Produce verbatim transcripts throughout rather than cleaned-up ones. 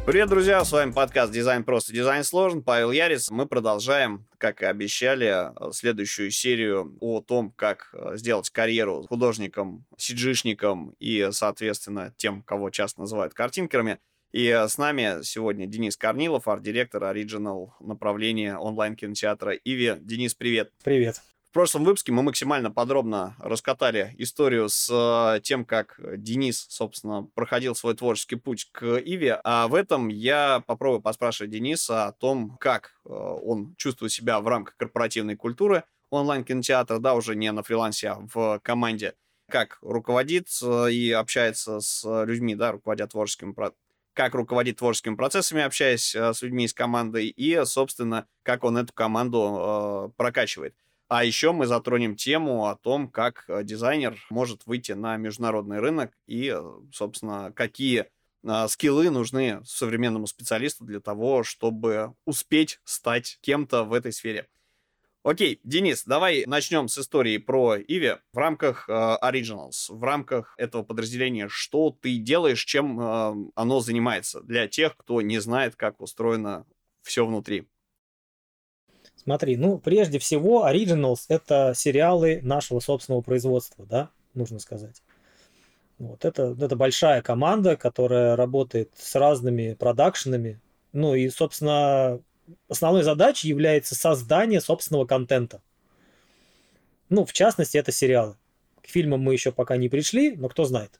Привет, друзья! С вами подкаст «Дизайн просто, дизайн сложен». Павел Ярец. Мы продолжаем, как и обещали, следующую серию о том, как сделать карьеру художником, си джи-шником и, соответственно, тем, кого часто называют картинкерами. И с нами сегодня Денис Корнилов, арт-директор оригинал направления онлайн-кинотеатра «Иви». Денис, привет! Привет! В прошлом выпуске мы максимально подробно раскатали историю с тем, как Денис, собственно, проходил свой творческий путь к Иви. А в этом я попробую поспрашивать Дениса о том, как он чувствует себя в рамках корпоративной культуры онлайн-кинотеатра, да, уже не на фрилансе, а в команде, как руководит и общается с людьми, да, руководя творческим процессом. Как руководит творческими процессами, общаясь с людьми из команды, и, собственно, как он эту команду э, прокачивает. А еще мы затронем тему о том, как дизайнер может выйти на международный рынок и, собственно, какие э, скиллы нужны современному специалисту для того, чтобы успеть стать кем-то в этой сфере. Окей, Денис, давай начнем с истории про Иви в рамках э, Originals, в рамках этого подразделения. Что ты делаешь, чем э, оно занимается для тех, кто не знает, как устроено все внутри? Смотри, ну, прежде всего, Originals — это сериалы нашего собственного производства, да, нужно сказать. Вот, это, это большая команда, которая работает с разными продакшенами. Ну и, собственно, основной задачей является создание собственного контента. Ну, в частности, это сериалы. К фильмам мы еще пока не пришли, но кто знает.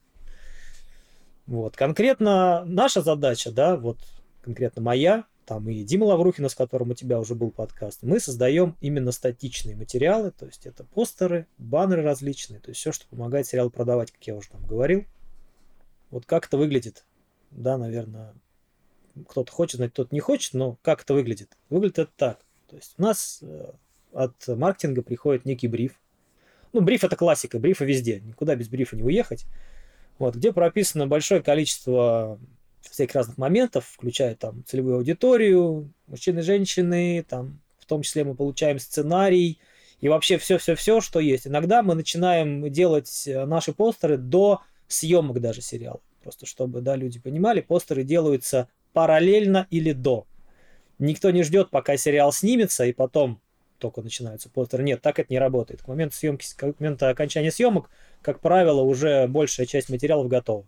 Вот, конкретно наша задача, да, вот конкретно моя, там и Дима Лаврухина, с которым у тебя уже был подкаст, мы создаем именно статичные материалы, то есть это постеры, баннеры различные, то есть все, что помогает сериал продавать, как я уже там говорил. Вот как это выглядит, да, наверное, кто-то хочет знать, кто-то не хочет, но как это выглядит? Выглядит это так. То есть у нас от маркетинга приходит некий бриф. Ну, бриф — это классика, брифа везде, никуда без брифа не уехать. Вот, где прописано большое количество всяких разных моментов, включая там целевую аудиторию, мужчины, женщины, там, в том числе мы получаем сценарий и вообще все-все-все, что есть. Иногда мы начинаем делать наши постеры до съемок даже сериала. Просто чтобы, да, люди понимали, постеры делаются параллельно или до. Никто не ждет, пока сериал снимется, и потом только начинаются постеры. Нет, так это не работает. К моменту съемки, к моменту окончания съемок, как правило, уже большая часть материалов готова.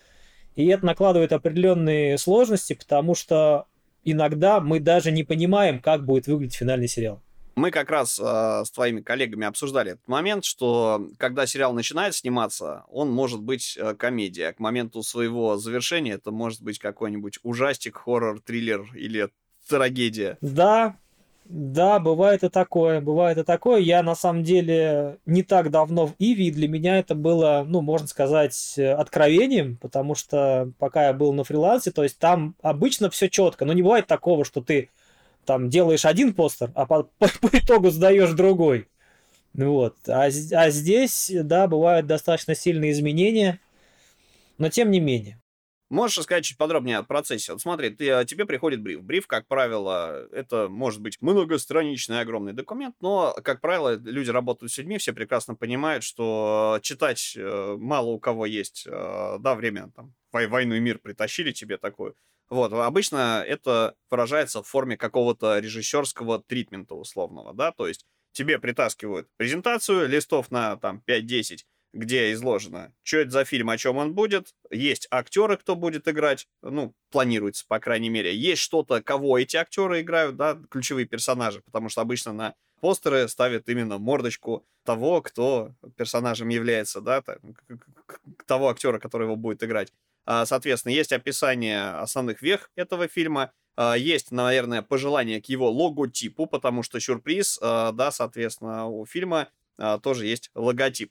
И это накладывает определенные сложности, потому что иногда мы даже не понимаем, как будет выглядеть финальный сериал. Мы как раз э, с твоими коллегами обсуждали этот момент, что когда сериал начинает сниматься, он может быть э, комедия. К моменту своего завершения это может быть какой-нибудь ужастик, хоррор, триллер или трагедия. Да, да, бывает и такое, бывает и такое. Я, на самом деле, не так давно в Иви, и для меня это было, ну, можно сказать, откровением, потому что пока я был на фрилансе, то есть там обычно все четко, но не бывает такого, что ты там делаешь один постер, а по, по, по итогу сдаешь другой. Вот. А, а здесь, да, бывают достаточно сильные изменения, но тем не менее. Можешь рассказать чуть подробнее о процессе? Вот смотри, ты, тебе приходит бриф. Бриф, как правило, это может быть многостраничный огромный документ, но, как правило, люди работают с людьми, все прекрасно понимают, что читать мало у кого есть, да, время, там, «Войну и мир» притащили тебе такую. Вот, обычно это выражается в форме какого-то режиссерского тритмента условного, да, то есть тебе притаскивают презентацию, листов на там пять-десять, где изложено, что это за фильм, о чем он будет, есть актеры, кто будет играть, ну, планируется, по крайней мере, есть что-то, кого эти актеры играют, да, ключевые персонажи, потому что обычно на постеры ставят именно мордочку того, кто персонажем является, да, того актера, который его будет играть. Соответственно, есть описание основных вех этого фильма, есть, наверное, пожелание к его логотипу, потому что сюрприз, да, соответственно, у фильма тоже есть логотип.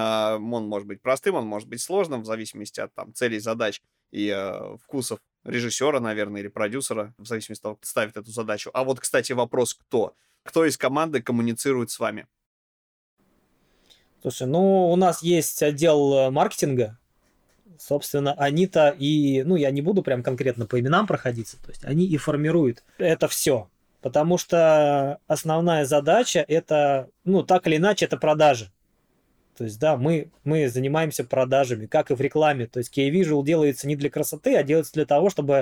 Он может быть простым, он может быть сложным, в зависимости от там, целей, задач и э, вкусов режиссера, наверное, или продюсера, в зависимости от того, кто ставит эту задачу. А вот, кстати, вопрос, кто? Кто из команды коммуницирует с вами? Слушай, ну, у нас есть отдел маркетинга. Собственно, они-то и... Ну, я не буду прям конкретно по именам проходиться. То есть они и формируют это все. Потому что основная задача это, ну, так или иначе, это продажи. То есть, да, мы, мы занимаемся продажами, как и в рекламе. То есть, кей-визуал делается не для красоты, а делается для того, чтобы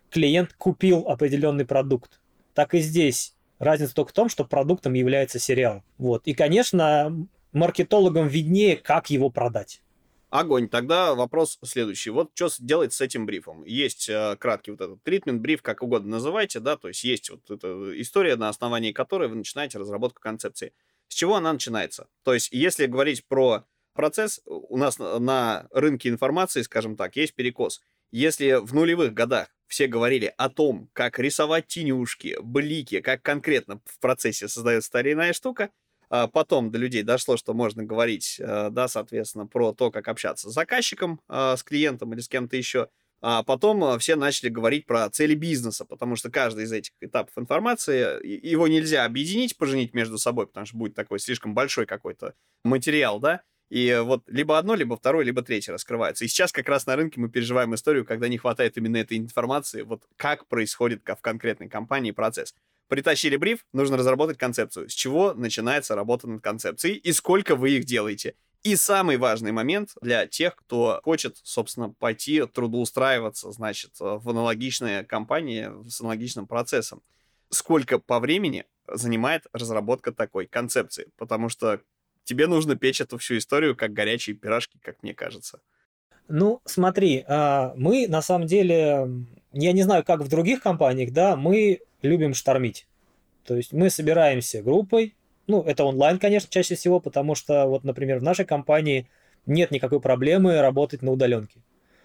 клиент купил определенный продукт. Так и здесь. Разница только в том, что продуктом является сериал. Вот. И, конечно, маркетологам виднее, как его продать. Огонь. Тогда вопрос следующий. Вот что делать с этим брифом? Есть э, краткий вот этот тритмент, бриф, как угодно называйте, да, то есть есть вот эта история, на основании которой вы начинаете разработку концепции. С чего она начинается? То есть если говорить про процесс, у нас на, на рынке информации, скажем так, есть перекос. Если в нулевых годах все говорили о том, как рисовать тенюшки, блики, как конкретно в процессе создается та или иная штука, а потом до людей дошло, что можно говорить, да, соответственно, про то, как общаться с заказчиком, с клиентом или с кем-то еще. А потом все начали говорить про цели бизнеса, потому что каждый из этих этапов информации, его нельзя объединить, поженить между собой, потому что будет такой слишком большой какой-то материал, да, и вот либо одно, либо второе, либо третье раскрывается. И сейчас как раз на рынке мы переживаем историю, когда не хватает именно этой информации, вот как происходит в конкретной компании процесс. Притащили бриф, нужно разработать концепцию. С чего начинается работа над концепцией и сколько вы их делаете. И самый важный момент для тех, кто хочет, собственно, пойти трудоустраиваться, значит, в аналогичные компании с аналогичным процессом. Сколько по времени занимает разработка такой концепции? Потому что тебе нужно печь эту всю историю как горячие пирожки, как мне кажется. Ну, смотри, мы на самом деле, я не знаю, как в других компаниях, да, мы любим штормить. То есть мы собираемся группой, ну, это онлайн, конечно, чаще всего, потому что, вот, например, в нашей компании нет никакой проблемы работать на удаленке.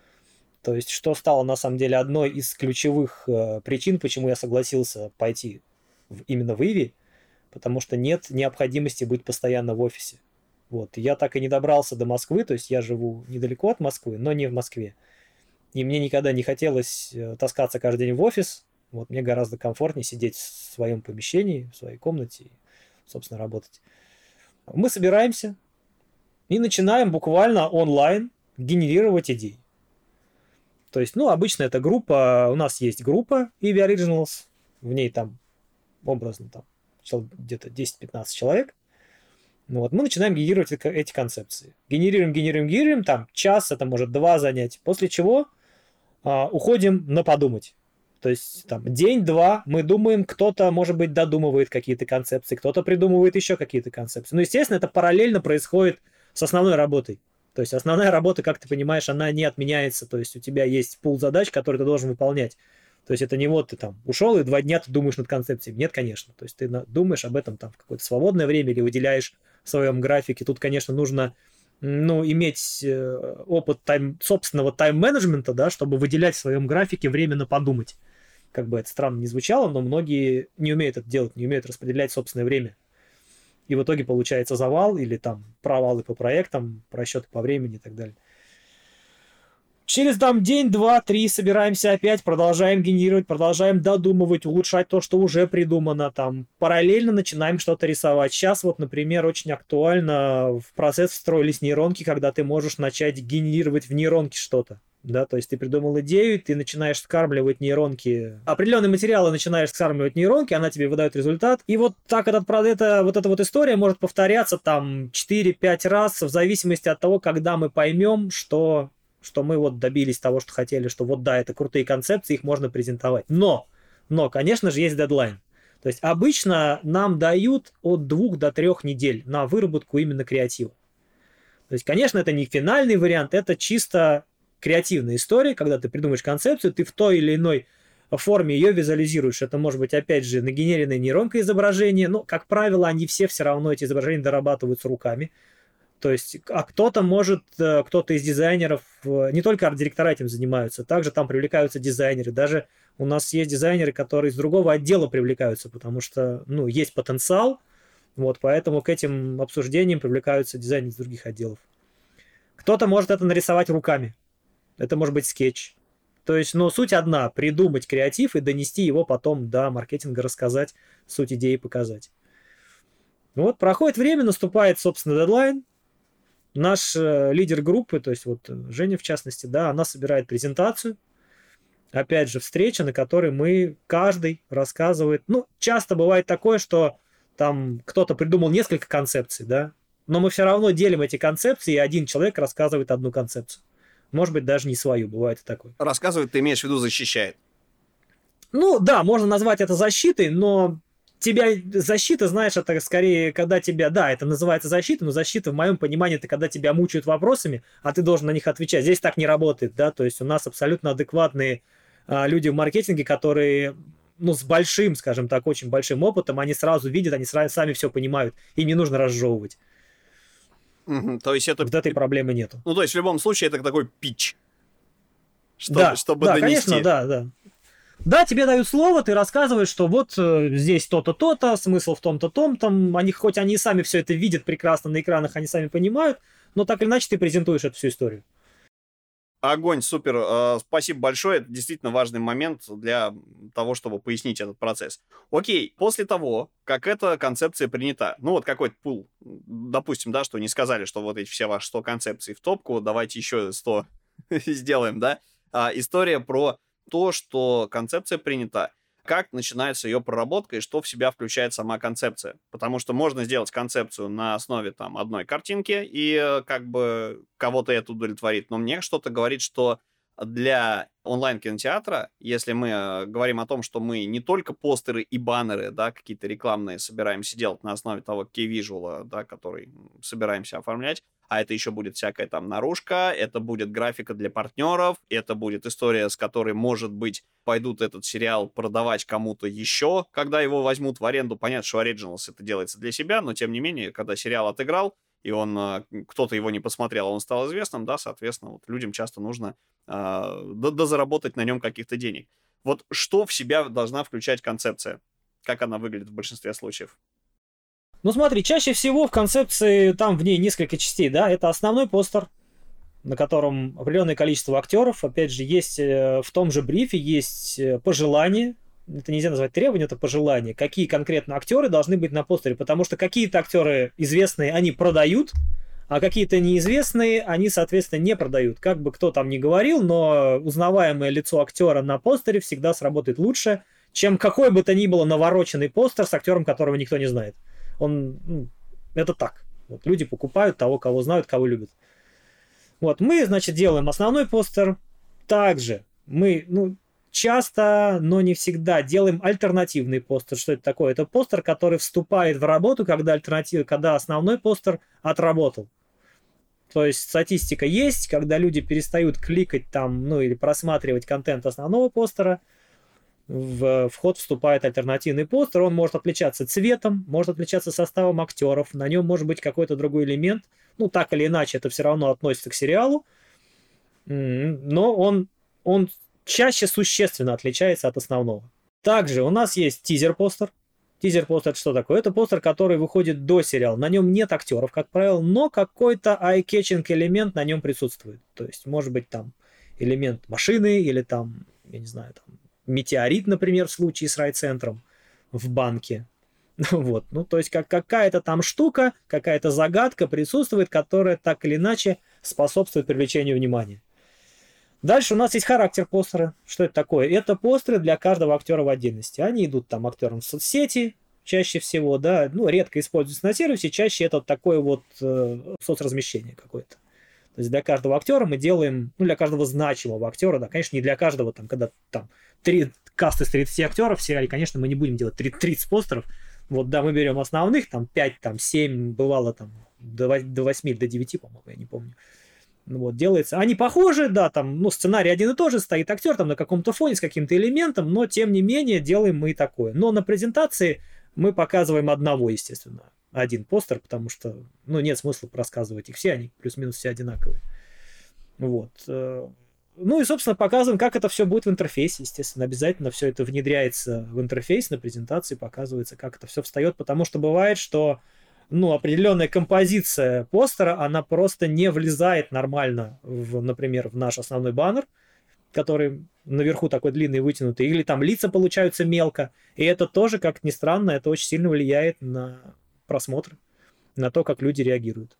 То есть, что стало, на самом деле, одной из ключевых э, причин, почему я согласился пойти в, именно в Иви, потому что нет необходимости быть постоянно в офисе. Вот, я так и не добрался до Москвы, то есть я живу недалеко от Москвы, но не в Москве. И мне никогда не хотелось э, таскаться каждый день в офис. Вот, мне гораздо комфортнее сидеть в своем помещении, в своей комнате и, собственно, работать. Мы собираемся и начинаем буквально онлайн генерировать идеи. То есть, ну, обычно это группа, у нас есть группа Иви Originals, в ней там образно там где-то десять-пятнадцать человек. Ну, вот, мы начинаем генерировать эти концепции. Генерируем, генерируем, генерируем, там час, это может два занятия, после чего а, уходим на подумать. То есть там день-два мы думаем, кто-то, может быть, додумывает какие-то концепции, кто-то придумывает еще какие-то концепции. Но, естественно, это параллельно происходит с основной работой. То есть основная работа, как ты понимаешь, она не отменяется. То есть у тебя есть пул задач, которые ты должен выполнять. То есть это не вот ты там ушел и два дня ты думаешь над концепцией. Нет, конечно. То есть ты думаешь об этом там в какое-то свободное время или выделяешь в своем графике. Тут, конечно, нужно ну, иметь опыт тайм, собственного тайм-менеджмента, да, чтобы выделять в своем графике время на подумать. Как бы это странно не звучало, но многие не умеют это делать, не умеют распределять собственное время. И в итоге получается завал или там провалы по проектам, просчеты по времени и так далее. Через там день, два, три собираемся опять, продолжаем генерировать, продолжаем додумывать, улучшать то, что уже придумано. Там параллельно начинаем что-то рисовать. Сейчас вот, например, очень актуально в процесс встроились нейронки, когда ты можешь начать генерировать в нейронке что-то. Да, то есть ты придумал идею, ты начинаешь скармливать нейронки, определенные материалы начинаешь скармливать нейронки, она тебе выдает результат. И вот так этот, это, вот эта вот история может повторяться там четыре-пять раз в зависимости от того, когда мы поймем, что, что мы вот добились того, что хотели, что вот да, это крутые концепции, их можно презентовать. Но, но, конечно же, есть дедлайн. То есть обычно нам дают от двух до трех недель на выработку именно креатива. То есть, конечно, это не финальный вариант, это чисто креативная история, когда ты придумаешь концепцию, ты в той или иной форме ее визуализируешь. Это может быть, опять же, нагенеренная нейронка изображения, но, как правило, они все все равно, эти изображения, дорабатываются руками. То есть, а кто-то может, кто-то из дизайнеров, не только арт-директора этим занимаются, также там привлекаются дизайнеры. Даже у нас есть дизайнеры, которые из другого отдела привлекаются, потому что, ну, есть потенциал, вот, поэтому к этим обсуждениям привлекаются дизайнеры из других отделов. Кто-то может это нарисовать руками. Это может быть скетч. То есть, ну, суть одна. Придумать креатив и донести его потом до маркетинга, рассказать, суть идеи показать. Вот, проходит время, наступает, собственно, дедлайн. Наш э, лидер группы, то есть вот Женя в частности, да, она собирает презентацию. Опять же, встреча, на которой мы, каждый рассказывает. Ну, часто бывает такое, что там кто-то придумал несколько концепций, да, но мы все равно делим эти концепции, и один человек рассказывает одну концепцию. Может быть, даже не свою, бывает и такое. Рассказывает, ты имеешь в виду защищает? Ну, да, можно назвать это защитой, но тебя защита, знаешь, это скорее, когда тебя, да, это называется защита, но защита, в моем понимании, это когда тебя мучают вопросами, а ты должен на них отвечать. Здесь так не работает, да, то есть у нас абсолютно адекватные а, люди в маркетинге, которые, ну, с большим, скажем так, очень большим опытом, они сразу видят, они сра- сами все понимают, им не нужно разжевывать. Мгм. То есть это... Вот этой проблемы нету. Ну, то есть в любом случае это такой питч, чтобы, Да, чтобы да, донести. конечно, да, да. Да, тебе дают слово, ты рассказываешь, что вот э, здесь то-то, то-то, смысл в том-то, том-то. Они, хоть они и сами все это видят прекрасно на экранах, они сами понимают, но так или иначе ты презентуешь эту всю историю. Огонь, супер. э, Спасибо большое. Это действительно важный момент для того, чтобы пояснить этот процесс. Окей, после того, как эта концепция принята, ну вот какой-то пул, допустим, да, что не сказали, что вот эти все ваши сто концепций в топку, давайте еще сто сделаем, да. А, история про то, что концепция принята, как начинается ее проработка и что в себя включает сама концепция. Потому что можно сделать концепцию на основе там одной картинки и э, как бы кого-то это удовлетворит. Но мне что-то говорит, что для онлайн-кинотеатра, если мы э, говорим о том, что мы не только постеры и баннеры, да, какие-то рекламные собираемся делать на основе того key-visual, да, который м, собираемся оформлять, а это еще будет всякая там наружка, это будет графика для партнеров, это будет история, с которой, может быть, пойдут этот сериал продавать кому-то еще, когда его возьмут в аренду. Понятно, что Originals это делается для себя, но тем не менее, когда сериал отыграл, и он, э, кто-то его не посмотрел, а он стал известным, да, соответственно, вот людям часто нужно э, дозаработать на нем каких-то денег. Вот что в себя должна включать концепция? Как она выглядит в большинстве случаев? Ну смотри, чаще всего в концепции там в ней несколько частей, да, это основной постер, на котором определенное количество актеров, опять же, есть э, в том же брифе, есть э, пожелания, это нельзя назвать требования, это пожелания, какие конкретно актеры должны быть на постере, потому что какие-то актеры известные, они продают, а какие-то неизвестные, они, соответственно, не продают. Как бы кто там ни говорил, но узнаваемое лицо актера на постере всегда сработает лучше, чем какой бы то ни было навороченный постер с актером, которого никто не знает. Он, ну, это так. Вот, люди покупают того, кого знают, кого любят. Вот, мы, значит, делаем основной постер. Также мы, ну, часто, но не всегда делаем альтернативный постер. Что это такое? Это постер, который вступает в работу, когда, альтернатив... когда основной постер отработал. То есть статистика есть, когда люди перестают кликать там, ну, или просматривать контент основного постера, в вход вступает альтернативный постер, он может отличаться цветом, может отличаться составом актеров, на нем может быть какой-то другой элемент, ну, так или иначе, это все равно относится к сериалу, но он, он чаще существенно отличается от основного. Также у нас есть тизер-постер. Тизер-постер это что такое? Это постер, который выходит до сериала. На нем нет актеров, как правило, но какой-то eye-catching элемент на нем присутствует. То есть, может быть, там элемент машины или там, я не знаю, там метеорит, например, в случае с райцентром в банке. Вот. Ну, то есть как, какая-то там штука, какая-то загадка присутствует, которая так или иначе способствует привлечению внимания. Дальше у нас есть характер постера. Что это такое? Это постеры для каждого актера в отдельности. Они идут там актерам в соцсети, чаще всего, да, ну, редко используются на сервисе, чаще это вот такое вот э, соцразмещение какое-то. То есть для каждого актера мы делаем, ну, для каждого значимого актера, да, конечно, не для каждого, там, когда там три касты из тридцати актеров в сериале, конечно, мы не будем делать тридцать постеров. Вот, да, мы берем основных, там, пять, там, семь, бывало, там, до восьми, до девяти, по-моему, я не помню. Ну, вот, делается. Они похожи, да, там, ну, сценарий один и тот же, стоит актер там на каком-то фоне с каким-то элементом, но, тем не менее, делаем мы и такое. Но на презентации мы показываем одного, естественно, один постер, потому что, ну, нет смысла рассказывать их все, они плюс-минус все одинаковые. Вот. Ну и, собственно, показываем, как это все будет в интерфейсе. Естественно, обязательно все это внедряется в интерфейс, на презентации показывается, как это все встает, потому что бывает, что, ну, определенная композиция постера, она просто не влезает нормально, в, например, в наш основной баннер, который наверху такой длинный, вытянутый, или там лица получаются мелко, и это тоже, как ни странно, это очень сильно влияет на просмотр, на то, как люди реагируют.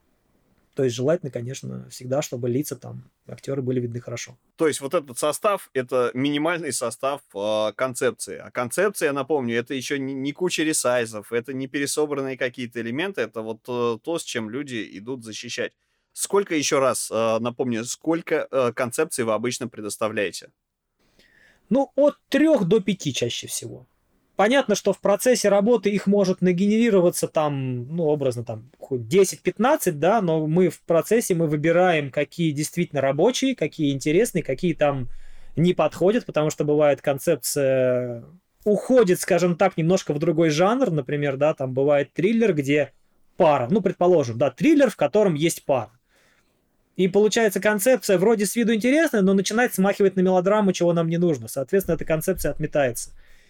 То есть желательно, конечно, всегда, чтобы лица там, актеры были видны хорошо. То есть вот этот состав — это минимальный состав э, концепции. А концепция, я напомню, это еще не, не куча ресайзов, это не пересобранные какие-то элементы, это вот э, то, с чем люди идут защищать. Сколько, еще раз э, напомню, сколько э, концепций вы обычно предоставляете? Ну, от трёх до пяти чаще всего. Понятно, что в процессе работы их может нагенерироваться там, ну, образно, там, десять-пятнадцать, да, но мы в процессе мы выбираем, какие действительно рабочие, какие интересные, какие там не подходят, потому что бывает концепция уходит, скажем так, немножко в другой жанр, например, да, там бывает триллер, где пара, ну, предположим, да, триллер, в котором есть пара. И получается концепция вроде с виду интересная, но начинает смахивать на мелодраму, чего нам не нужно. Соответственно, эта концепция отметается.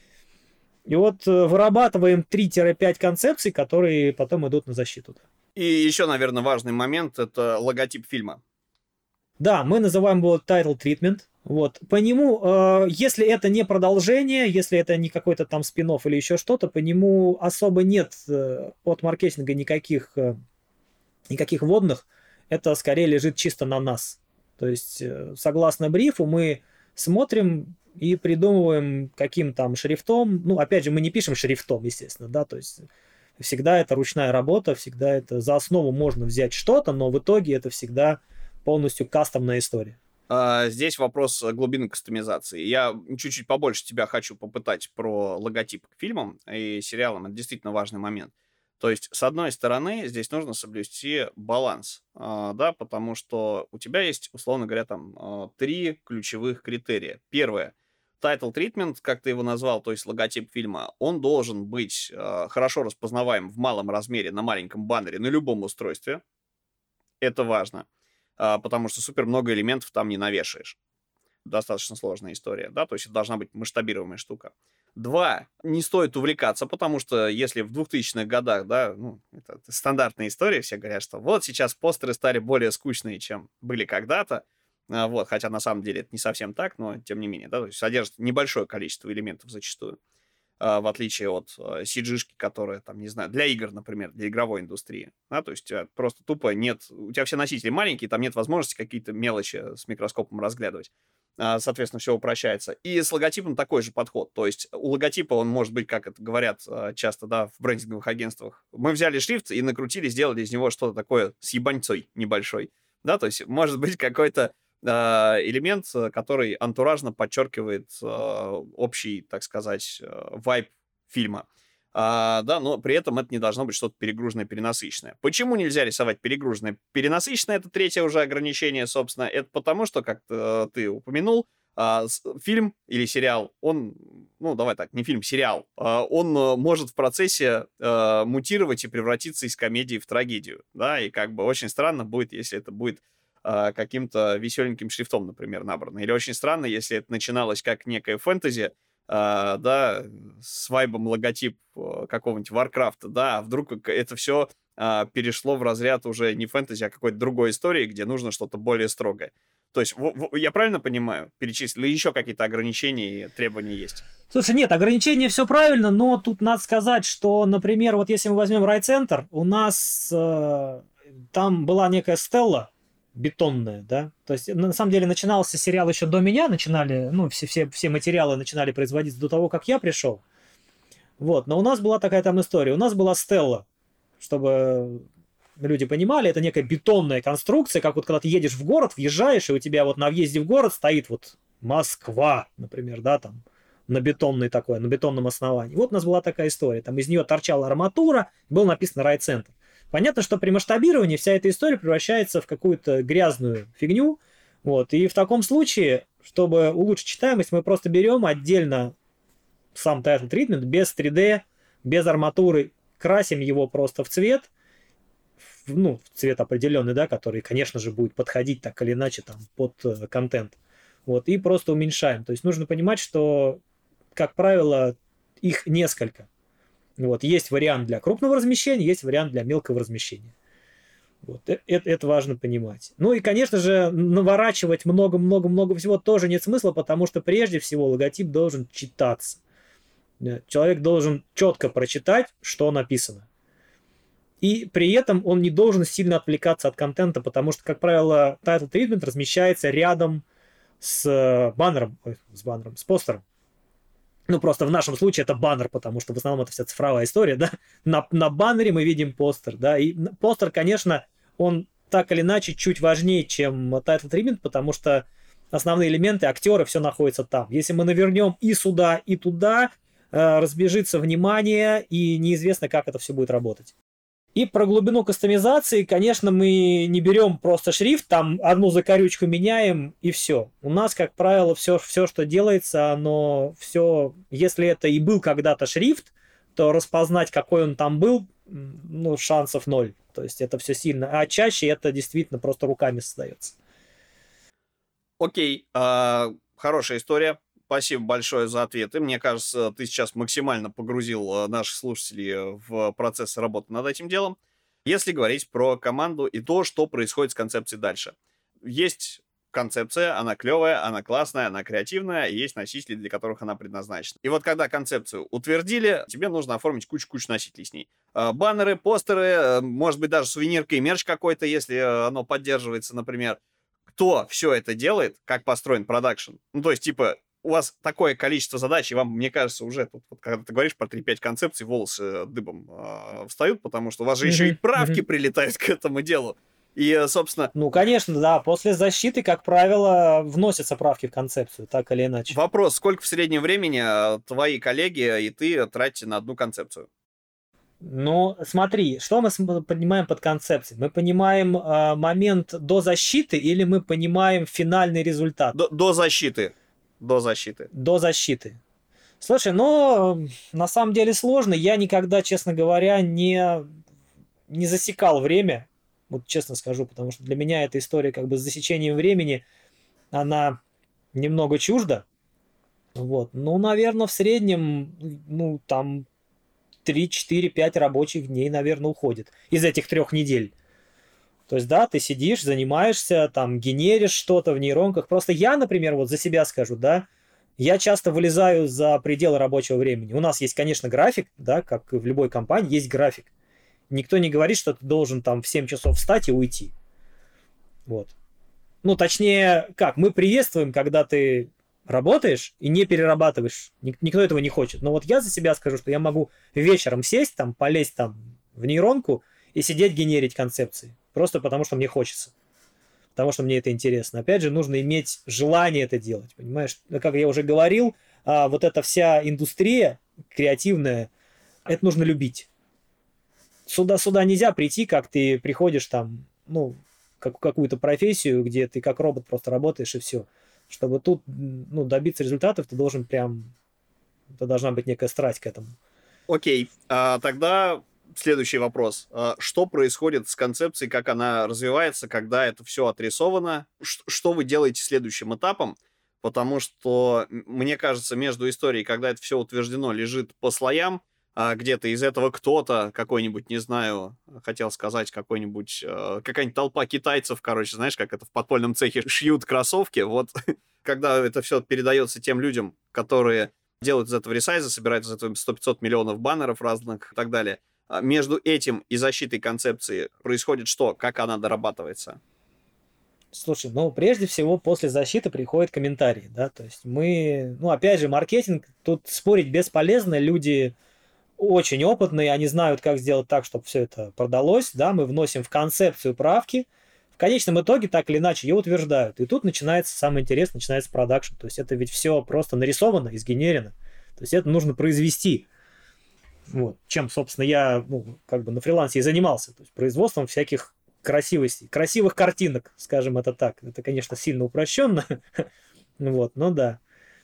И вот вырабатываем три-пять концепций, которые потом идут на защиту. И еще, наверное, важный момент – это логотип фильма. Да, мы называем его title treatment. Вот. По нему, э, если это не продолжение, если это не какой-то там спин-офф или еще что-то, по нему особо нет э, от маркетинга никаких, э, никаких вводных. Это скорее лежит чисто на нас. То есть, э, согласно брифу, мы смотрим и придумываем, каким там шрифтом. Ну, опять же, мы не пишем шрифтом, естественно, да, то есть всегда это ручная работа, всегда это за основу можно взять что-то, но в итоге это всегда полностью кастомная история. А, здесь вопрос глубины кастомизации. Я чуть-чуть побольше тебя хочу попытать про логотип к фильмам и сериалам. Это действительно важный момент. То есть, с одной стороны, здесь нужно соблюсти баланс, а, да, потому что у тебя есть, условно говоря, там а, три ключевых критерия. Первое. Title treatment, как ты его назвал, то есть логотип фильма, он должен быть э, хорошо распознаваем в малом размере на маленьком баннере на любом устройстве. Это важно, э, потому что супер много элементов там не навешаешь. Достаточно сложная история, да, то есть это должна быть масштабируемая штука. Два, не стоит увлекаться, потому что если в двухтысячных годах, да, ну, это, это стандартная история, все говорят, что вот сейчас постеры стали более скучные, чем были когда-то. Вот, хотя на самом деле это не совсем так, но тем не менее, да, то есть содержит небольшое количество элементов зачастую, а, в отличие от а, си джи-шки, которая, там, не знаю, для игр, например, для игровой индустрии, да, то есть у тебя просто тупо нет, у тебя все носители маленькие, там нет возможности какие-то мелочи с микроскопом разглядывать, а, соответственно, все упрощается. И с логотипом такой же подход, то есть у логотипа он может быть, как это говорят а, часто, да, в брендинговых агентствах, мы взяли шрифт и накрутили, сделали из него что-то такое с ебаньцой небольшой, да, то есть может быть какой-то элемент, который антуражно подчеркивает э, общий, так сказать, вайб фильма. А, да, но при этом это не должно быть что-то перегруженное, перенасыщенное. Почему нельзя рисовать перегруженное? Перенасыщенное — это третье уже ограничение, собственно. Это потому, что, как ты, ты упомянул, э, фильм или сериал, он, ну, давай так, не фильм, сериал, э, он может в процессе э, мутировать и превратиться из комедии в трагедию, да, и как бы очень странно будет, если это будет каким-то веселеньким шрифтом, например, набрано. Или очень странно, если это начиналось как некое фэнтези, а, да, с вайбом логотип какого-нибудь Варкрафта, да, а вдруг это все а, перешло в разряд уже не фэнтези, а какой-то другой истории, где нужно что-то более строгое. То есть, в, в, я правильно понимаю, перечислили еще какие-то ограничения и требования есть? Слушай, нет, ограничения все правильно, но тут надо сказать, что, например, вот если мы возьмем райцентр, у нас э, там была некая стелла, бетонная, да, то есть на самом деле начинался сериал еще до меня, начинали, ну, все, все, все материалы начинали производиться до того, как я пришел, вот, но у нас была такая там история, у нас была стелла, чтобы люди понимали, это некая бетонная конструкция, как вот когда ты едешь в город, въезжаешь, и у тебя вот на въезде в город стоит вот Москва, например, да, там, на бетонной такой, на бетонном основании, вот у нас была такая история, там из нее торчала арматура, было написано райцентр. Понятно, что при масштабировании вся эта история превращается в какую-то грязную фигню. Вот. И в таком случае, чтобы улучшить читаемость, мы просто берем отдельно сам title treatment без три дэ, без арматуры, красим его просто в цвет, в, ну, в цвет определенный, да, который, конечно же, будет подходить так или иначе там, под э, контент. Вот. И просто уменьшаем. То есть нужно понимать, что, как правило, их несколько. Вот, есть вариант для крупного размещения, есть вариант для мелкого размещения. Вот, это, это важно понимать. Ну и, конечно же, наворачивать много-много-много всего тоже нет смысла, потому что прежде всего логотип должен читаться. Человек должен четко прочитать, что написано. И при этом он не должен сильно отвлекаться от контента, потому что, как правило, title treatment размещается рядом с баннером, ой, с баннером, с постером. Ну, просто в нашем случае это баннер, потому что в основном это вся цифровая история, да. На, на баннере мы видим постер, да. И постер, конечно, он так или иначе чуть важнее, чем title treatment, потому что основные элементы, актеры, все находится там. Если мы навернем и сюда, и туда, э, разбежится внимание, и неизвестно, как это все будет работать. И про глубину кастомизации, конечно, мы не берем просто шрифт, там одну закорючку меняем, и все. У нас, как правило, все, все, что делается, оно все, если это и был когда-то шрифт, то распознать, какой он там был, ну, шансов ноль. То есть это все сильно. А чаще это действительно просто руками создается. Окей, а, хорошая история. Спасибо большое за ответы. Мне кажется, ты сейчас максимально погрузил а, наших слушателей в процесс работы над этим делом. Если говорить про команду и то, что происходит с концепцией дальше. Есть концепция, она клевая, она классная, она креативная, и есть носители, для которых она предназначена. И вот когда концепцию утвердили, тебе нужно оформить кучу-кучу носителей с ней. А, баннеры, постеры, а, может быть, даже сувенирка и мерч какой-то, если а, оно поддерживается, например. Кто все это делает, как построен продакшн? Ну, то есть, типа, у вас такое количество задач, и вам, мне кажется, уже, тут, вот, когда ты говоришь про три-пять концепций, волосы дыбом э, встают, потому что у вас же еще и правки прилетают к этому делу. И, собственно... Ну, конечно, да. После защиты, как правило, вносятся правки в концепцию, так или иначе. Вопрос, сколько в среднем времени твои коллеги и ты тратите на одну концепцию? Ну, смотри, что мы понимаем под концепцией? Мы понимаем э, момент до защиты или мы понимаем финальный результат? До, до защиты. До защиты. До защиты. Слушай, ну, на самом деле сложно. Я никогда, честно говоря, не, не засекал время. Вот честно скажу, потому что для меня эта история как бы с засечением времени, она немного чужда. Вот. Ну, наверное, в среднем, ну, там... три, четыре, пять рабочих дней, наверное, уходит из этих трех недель. То есть, да, ты сидишь, занимаешься, там, генеришь что-то в нейронках. Просто я, например, вот за себя скажу, да, я часто вылезаю за пределы рабочего времени. У нас есть, конечно, график, да, как и в любой компании, есть график. Никто не говорит, что ты должен там в семь часов встать и уйти. Вот. Ну, точнее, как, мы приветствуем, когда ты работаешь и не перерабатываешь. Никто этого не хочет. Но вот я за себя скажу, что я могу вечером сесть, там, полезть там в нейронку и сидеть генерить концепции. Просто потому, что мне хочется. Потому что мне это интересно. Опять же, нужно иметь желание это делать. Понимаешь? Как я уже говорил, вот эта вся индустрия креативная, это нужно любить. Сюда, сюда нельзя прийти, как ты приходишь там, ну, как, какую-то профессию, где ты как робот просто работаешь и все. Чтобы тут, ну, добиться результатов, ты должен прям... Это должна быть некая страсть к этому. Окей. А, тогда следующий вопрос. А, что происходит с концепцией, как она развивается, когда это все отрисовано? Ш- что вы делаете следующим этапом? Потому что, мне кажется, между историей, когда это все утверждено, лежит по слоям, а где-то из этого кто-то, какой-нибудь, не знаю, хотел сказать, какой-нибудь, э, какая-нибудь толпа китайцев, короче, знаешь, как это в подпольном цехе шьют кроссовки, вот, когда это все передается тем людям, которые делают из этого ресайза, собирают из этого сто-пятьсот миллионов баннеров разных и так далее, между этим и защитой концепции происходит что? Как она дорабатывается? Слушай, ну, прежде всего, после защиты приходят комментарии, да, то есть мы, ну, опять же, маркетинг, тут спорить бесполезно, люди... очень опытные, они знают, как сделать так, чтобы все это продалось, да, мы вносим в концепцию правки, в конечном итоге так или иначе ее утверждают, и тут начинается самое интересное, начинается продакшн, то есть это ведь все просто нарисовано, изгенерено, то есть это нужно произвести, вот, чем, собственно, я, ну, как бы на фрилансе и занимался, то есть производством всяких красивостей, красивых картинок, скажем это так, это, конечно, сильно упрощенно, вот, но да.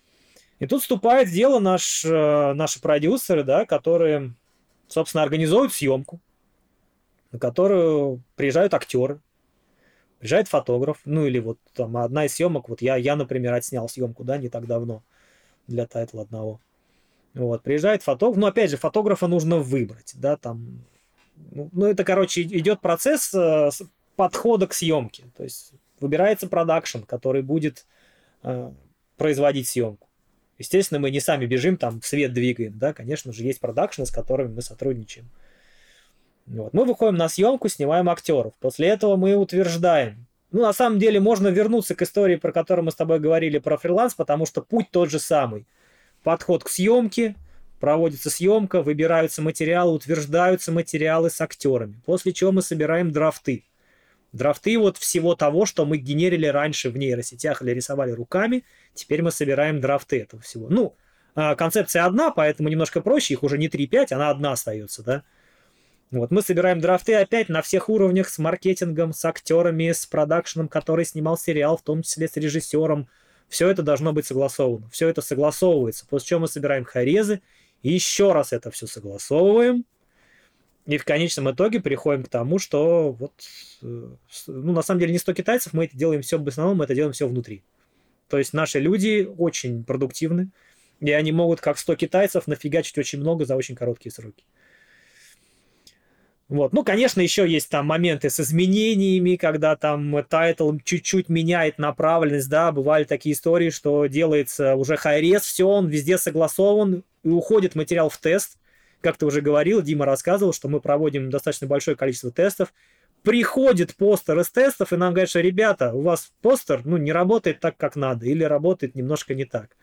И тут вступает в дело наш, наши продюсеры, да, которые, собственно, организуют съемку, на которую приезжают актеры, приезжает фотограф, ну или вот там одна из съемок, вот я, я, например, отснял съемку, да, не так давно для тайтла одного. Вот, приезжает фотограф, но опять же, фотографа нужно выбрать, да, там, ну, ну это, короче, идет процесс э, подхода к съемке, то есть выбирается продакшн, который будет э, производить съемку. Естественно, мы не сами бежим, там, свет двигаем, да, конечно же, есть продакшны, с которыми мы сотрудничаем. Вот. Мы выходим на съемку, снимаем актеров. После этого мы утверждаем. Ну, на самом деле, можно вернуться к истории, про которую мы с тобой говорили, про фриланс, потому что путь тот же самый. Подход к съемке, проводится съемка, выбираются материалы, утверждаются материалы с актерами. После чего мы собираем драфты. Драфты вот всего того, что мы генерили раньше в нейросетях или рисовали руками, теперь мы собираем драфты этого всего. Ну, концепция одна, поэтому немножко проще, их уже не три-пять, она одна остается, да. Вот, мы собираем драфты опять на всех уровнях, с маркетингом, с актерами, с продакшеном, который снимал сериал, в том числе с режиссером. Все это должно быть согласовано. Все это согласовывается. После чего мы собираем хайрезы, и еще раз это все согласовываем. И в конечном итоге приходим к тому, что вот, ну, на самом деле не сто китайцев, мы это делаем все, в основном мы это делаем все внутри. То есть наши люди очень продуктивны, и они могут, как сто китайцев, нафигачить очень много за очень короткие сроки. Вот. Ну, конечно, еще есть там моменты с изменениями, когда там тайтл чуть-чуть меняет направленность, да, бывали такие истории, что делается уже хайрез, все, он везде согласован, и уходит материал в тест. Как ты уже говорил, Дима рассказывал, что мы проводим достаточно большое количество тестов. Приходит постер из тестов, и нам говорят, что, ребята, у вас постер, ну, не работает так, как надо, или работает немножко не так.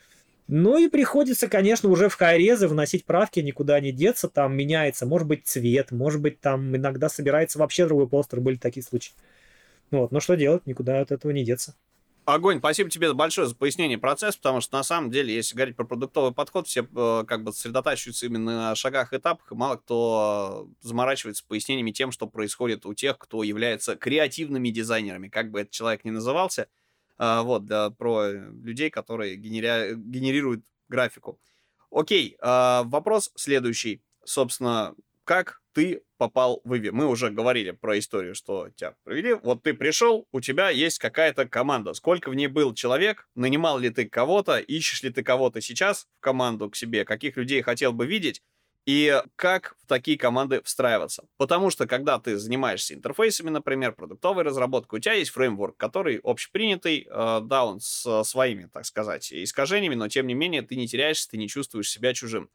Ну и приходится, конечно, уже в хайрезы вносить правки, никуда не деться, там меняется, может быть, цвет, может быть, там иногда собирается вообще другой постер, были такие случаи. Вот, но что делать, никуда от этого не деться. Огонь, спасибо тебе большое за пояснение процесса, потому что на самом деле, если говорить про продуктовый подход, все э, как бы сосредотачиваются именно на шагах, этапах, и мало кто заморачивается пояснениями тем, что происходит у тех, кто является креативными дизайнерами, как бы этот человек ни назывался, э, вот, да, про людей, которые генери... генерируют графику. Окей, э, вопрос следующий. Собственно, как ты попал в Иви? Мы уже говорили про историю, что тебя провели. Вот ты пришел, у тебя есть какая-то команда. Сколько в ней был человек? Нанимал ли ты кого-то? Ищешь ли ты кого-то сейчас в команду к себе? Каких людей хотел бы видеть? И как в такие команды встраиваться? Потому что, когда ты занимаешься интерфейсами, например, продуктовой разработкой, у тебя есть фреймворк, который общепринятый, э, да, он с своими, так сказать, искажениями, но, тем не менее, ты не теряешься, ты не чувствуешь себя чужим.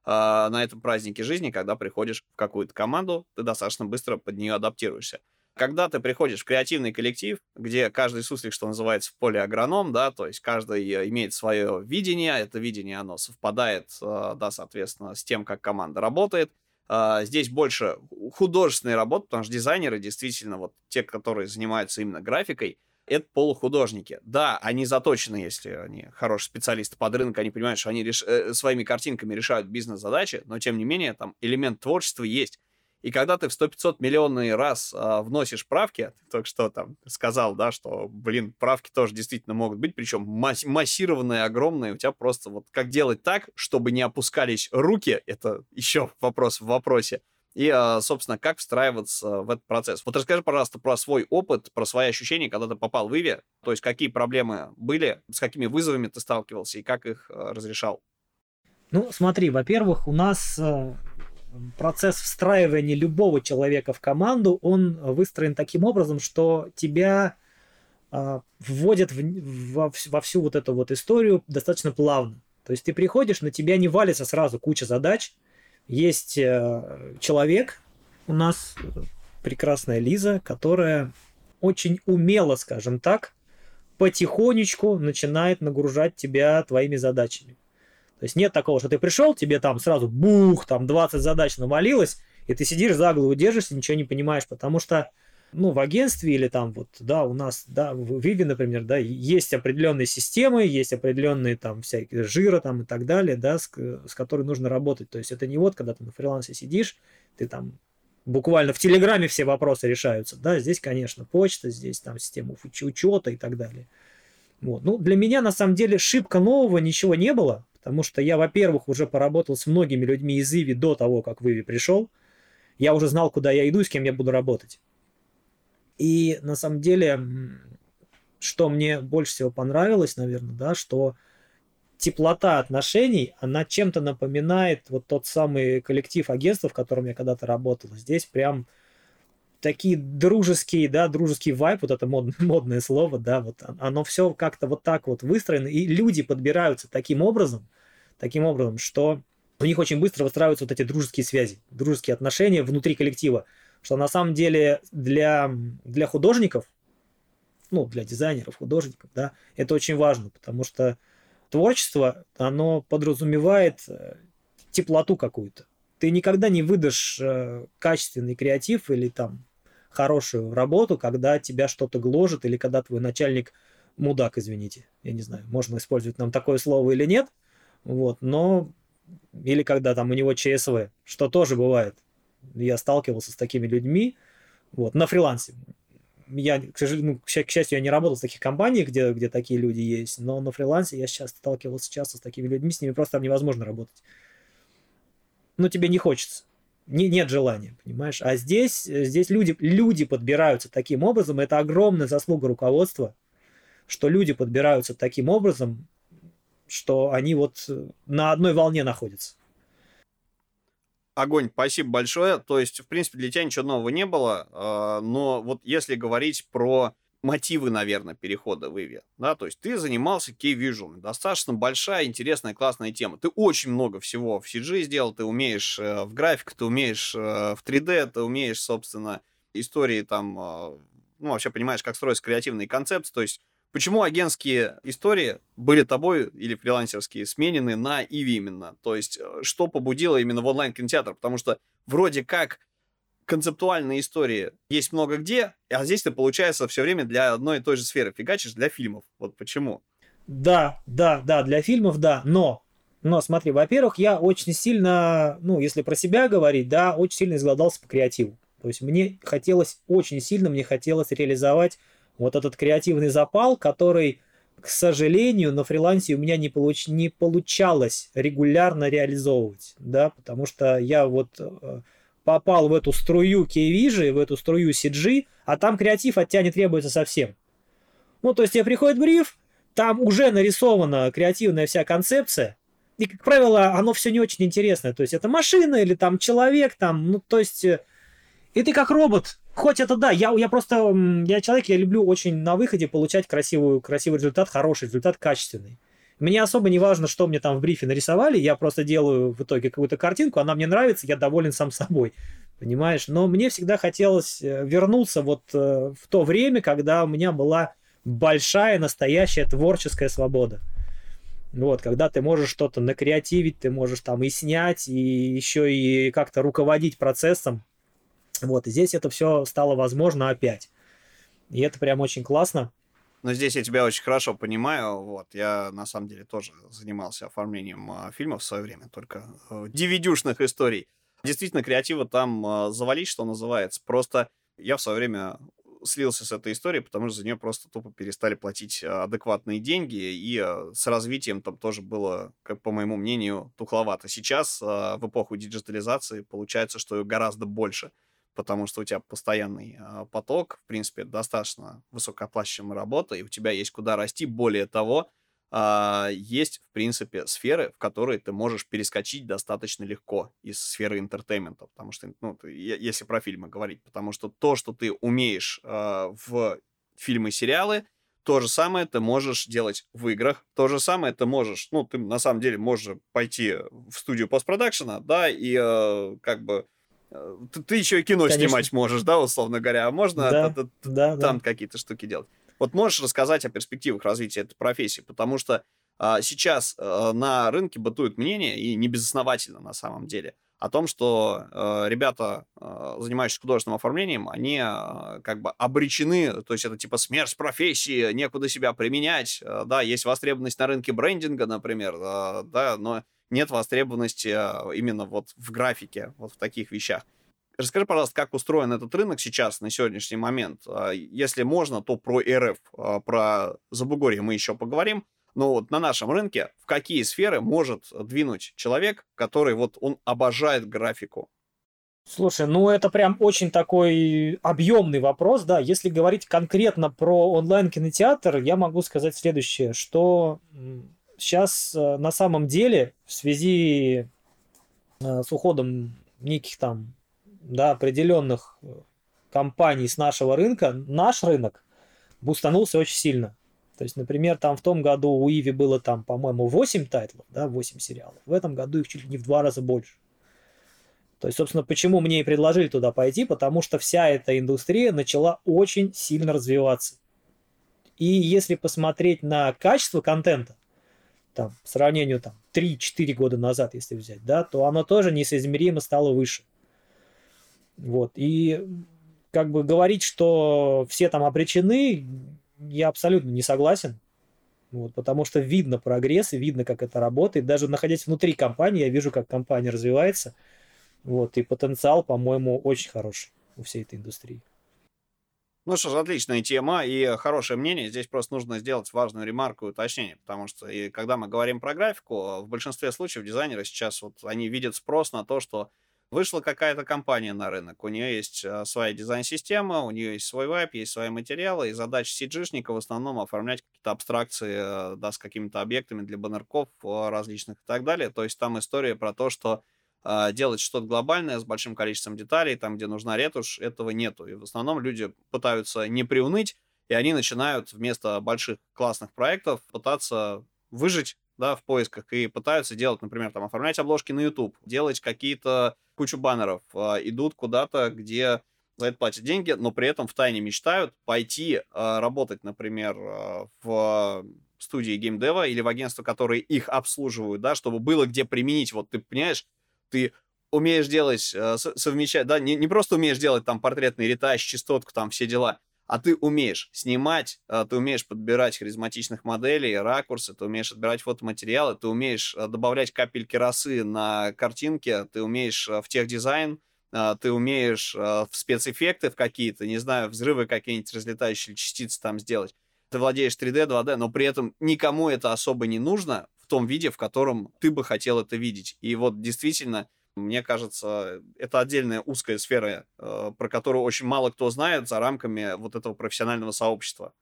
На этом празднике жизни, когда приходишь в какую-то команду, ты достаточно быстро под нее адаптируешься. Когда ты приходишь в креативный коллектив, где каждый суслик, что называется, в поле агроном, да, то есть каждый имеет свое видение, это видение, оно совпадает, да, соответственно, с тем, как команда работает. Здесь больше художественной работы, потому что дизайнеры, действительно, вот те, которые занимаются именно графикой, это полухудожники. Да, они заточены, если они хорошие специалисты под рынок, они понимают, что они реш... э, своими картинками решают бизнес-задачи, но, тем не менее, там элемент творчества есть. И когда ты в сто-пятьсот миллионный раз э, вносишь правки, ты только что там сказал, да, что, блин, правки тоже действительно могут быть, причем масс- массированные, огромные, у тебя просто вот как делать так, чтобы не опускались руки, это еще вопрос в вопросе. И, собственно, как встраиваться в этот процесс. Вот расскажи, пожалуйста, про свой опыт, про свои ощущения, когда ты попал в Иви, то есть какие проблемы были, с какими вызовами ты сталкивался и как их разрешал. Ну, смотри, во-первых, у нас процесс встраивания любого человека в команду, он выстроен таким образом, что тебя вводят в, во, во всю вот эту вот историю достаточно плавно. То есть ты приходишь, на тебя не валится сразу куча задач. Есть э, человек, у нас прекрасная Лиза, которая очень умело, скажем так, потихонечку начинает нагружать тебя твоими задачами. То есть нет такого, что ты пришел, тебе там сразу бух, там двадцать задач навалилось, и ты сидишь за голову держишься, ничего не понимаешь, потому что, ну, в агентстве или там вот, да, у нас, да, в Иви, например, да, есть определенные системы, есть определенные там всякие жира там и так далее, да, с, с которой нужно работать. То есть это не вот, когда ты на фрилансе сидишь, ты там буквально в Телеграме все вопросы решаются, да, здесь, конечно, почта, здесь там система учета и так далее. Вот. Ну, для меня, на самом деле, шибко нового ничего не было, потому что я, во-первых, уже поработал с многими людьми из Иви до того, как в Иви пришел. Я уже знал, куда я иду и с кем я буду работать. И на самом деле, что мне больше всего понравилось, наверное, да, что теплота отношений, она чем-то напоминает вот тот самый коллектив агентства, в котором я когда-то работал. Здесь прям такие дружеские, да, дружеский вайб, вот это мод, модное слово, да, вот оно все как-то вот так вот выстроено, и люди подбираются таким образом, таким образом, что у них очень быстро выстраиваются вот эти дружеские связи, дружеские отношения внутри коллектива, что на самом деле для, для художников, ну, для дизайнеров, художников, да, это очень важно, потому что творчество, оно подразумевает теплоту какую-то. Ты никогда не выдашь качественный креатив или там хорошую работу, когда тебя что-то гложет или когда твой начальник мудак, извините. Я не знаю, можно использовать нам такое слово или нет. Вот, но... Или когда там у него ЧСВ, что тоже бывает. Я сталкивался с такими людьми. Вот, на фрилансе. Я, к сожалению, ну, к счастью, я не работал в таких компаниях, где, где такие люди есть, но на фрилансе я сейчас сталкивался часто с такими людьми, с ними просто там невозможно работать. Ну, тебе не хочется. Не, нет желания, понимаешь? А здесь, здесь люди, люди подбираются таким образом, это огромная заслуга руководства, что люди подбираются таким образом, что они вот на одной волне находятся. Огонь, спасибо большое. То есть, в принципе, для тебя ничего нового не было, э, но вот если говорить про мотивы, наверное, перехода в Иви, да, то есть ты занимался кей-вижуалом, достаточно большая, интересная, классная тема. Ты очень много всего в си джи сделал, ты умеешь э, в графику, ты умеешь э, в три дэ, ты умеешь, собственно, истории там, э, ну, вообще понимаешь, как строить креативные концепции, то есть почему агентские истории были тобой или фрилансерские сменены на Иви именно? То есть э, что побудило именно в онлайн-кинотеатр? Потому что вроде как концептуальные истории есть много где, а здесь ты, получается, все время для одной и той же сферы фигачишь для фильмов. Вот почему? Да, да, да, для фильмов, да, но, но смотри, во-первых, я очень сильно, ну, если про себя говорить, да, очень сильно изголодался по креативу. То есть мне хотелось, очень сильно мне хотелось реализовать вот этот креативный запал, который, к сожалению, на фрилансе у меня не, получ... не получалось регулярно реализовывать, да, потому что я вот э, попал в эту струю кей-вижи, в эту струю си джи, а там креатив от тебя не требуется совсем. Ну, то есть тебе приходит бриф, там уже нарисована креативная вся концепция, и, как правило, оно все не очень интересное. То есть это машина или там человек, там, ну, то есть... И ты как робот, хоть это да, я, я просто, я человек, я люблю очень на выходе получать красивую, красивый результат, хороший результат, качественный. Мне особо не важно, что мне там в брифе нарисовали, я просто делаю в итоге какую-то картинку, она мне нравится, я доволен сам собой, понимаешь? Но мне всегда хотелось вернуться вот в то время, когда у меня была большая, настоящая творческая свобода. Вот, когда ты можешь что-то накреативить, ты можешь там и снять, и еще и как-то руководить процессом. Вот, и здесь это все стало возможно опять. И это прям очень классно. Но здесь я тебя очень хорошо понимаю. Вот, я на самом деле тоже занимался оформлением э, фильмов в свое время, только э, ди ви ди-шных историй. Действительно, креатива там э, завалить, что называется. Просто я в свое время слился с этой историей, потому что за нее просто тупо перестали платить адекватные деньги, и э, с развитием там тоже было, как по моему мнению, тухловато. Сейчас, э, в эпоху диджитализации, получается, что гораздо больше, потому что у тебя постоянный э, поток, в принципе, достаточно высокооплачиваемая работа, и у тебя есть куда расти. Более того, э, есть, в принципе, сферы, в которые ты можешь перескочить достаточно легко из сферы интертеймента, потому что, ну, ты, если про фильмы говорить, потому что то, что ты умеешь э, в фильмы и сериалы, то же самое ты можешь делать в играх, то же самое ты можешь, ну, ты на самом деле можешь пойти в студию постпродакшена, да, и э, как бы Ты, ты еще и кино Конечно. снимать можешь, да, условно говоря, а можно Да, т- т- да, там да. какие-то штуки делать. Вот можешь рассказать о перспективах развития этой профессии, потому что а, сейчас а, на рынке бытует мнение, и не безосновательно на самом деле, о том, что а, ребята, а, занимающиеся художественным оформлением, они а, как бы обречены, то есть это типа смерть профессии, некуда себя применять, а, да, есть востребованность на рынке брендинга, например, а, да, но нет востребованности а, именно вот в графике, вот в таких вещах. Расскажи, пожалуйста, как устроен этот рынок сейчас, на сегодняшний момент. А, Если можно, то про эр эф, а, про Забугорье мы еще поговорим. Но вот на нашем рынке в какие сферы может двинуть человек, который вот он обожает графику? Слушай, ну это прям очень такой объемный вопрос, да. Если говорить конкретно про онлайн-кинотеатр, я могу сказать следующее, что сейчас на самом деле в связи э, с уходом неких там, да, определенных компаний с нашего рынка, наш рынок бустанулся очень сильно. То есть, например, там в том году у Иви было там, по-моему, восемь тайтлов, да, восемь сериалов. В этом году их чуть ли не в два раза больше. То есть, собственно, почему мне и предложили туда пойти, потому что вся эта индустрия начала очень сильно развиваться. И если посмотреть на качество контента, там, по сравнению там, три-четыре года назад, если взять, да, то оно тоже несоизмеримо стало выше. Вот. И как бы говорить, что все там обречены, я абсолютно не согласен. Вот, потому что видно прогресс и видно, как это работает. Даже находясь внутри компании, я вижу, как компания развивается. Вот, и потенциал, по-моему, очень хороший у всей этой индустрии. Ну что ж, отличная тема и хорошее мнение. Здесь просто нужно сделать важную ремарку и уточнение, потому что и когда мы говорим про графику, в большинстве случаев дизайнеры сейчас вот они видят спрос на то, что вышла какая-то компания на рынок, у нее есть а, своя дизайн-система, у нее есть свой вайп, есть свои материалы, и задача си джи-шника в основном оформлять какие-то абстракции, э, да, с какими-то объектами для баннерков э, различных и так далее. То есть там история про то, что а, делать что-то глобальное с большим количеством деталей, там, где нужна ретушь, этого нету. И в основном люди пытаются не приуныть, и они начинают вместо больших классных проектов пытаться выжить, да, в поисках, и пытаются делать, например, там, оформлять обложки на YouTube, делать какие-то кучу баннеров, а, идут куда-то, где за это платят деньги, но при этом втайне мечтают пойти а, работать, например, а, в студии геймдева или в агентство, которые их обслуживают, да, чтобы было где применить. Вот ты понимаешь, ты умеешь делать, э, со- совмещать, да, не, не просто умеешь делать там портретный ретач, частотку, там все дела, а ты умеешь снимать, э, ты умеешь подбирать харизматичных моделей, ракурсы, ты умеешь отбирать фотоматериалы, ты умеешь э, добавлять капельки росы на картинке, ты умеешь э, в техдизайн, э, ты умеешь э, в спецэффекты в какие-то, не знаю, взрывы какие-нибудь разлетающие частицы там сделать. Ты владеешь три дэ, два дэ, но при этом никому это особо не нужно в том виде, в котором ты бы хотел это видеть. И вот действительно, мне кажется, это отдельная узкая сфера, э, про которую очень мало кто знает за рамками вот этого профессионального сообщества.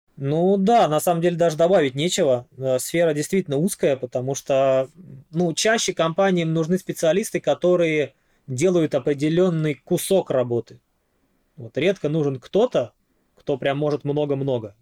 Ну да, на самом деле даже добавить нечего. Э, Сфера действительно узкая, потому что, ну, чаще компаниям нужны специалисты, которые делают определенный кусок работы. Вот редко нужен кто-то, кто прям может много-много.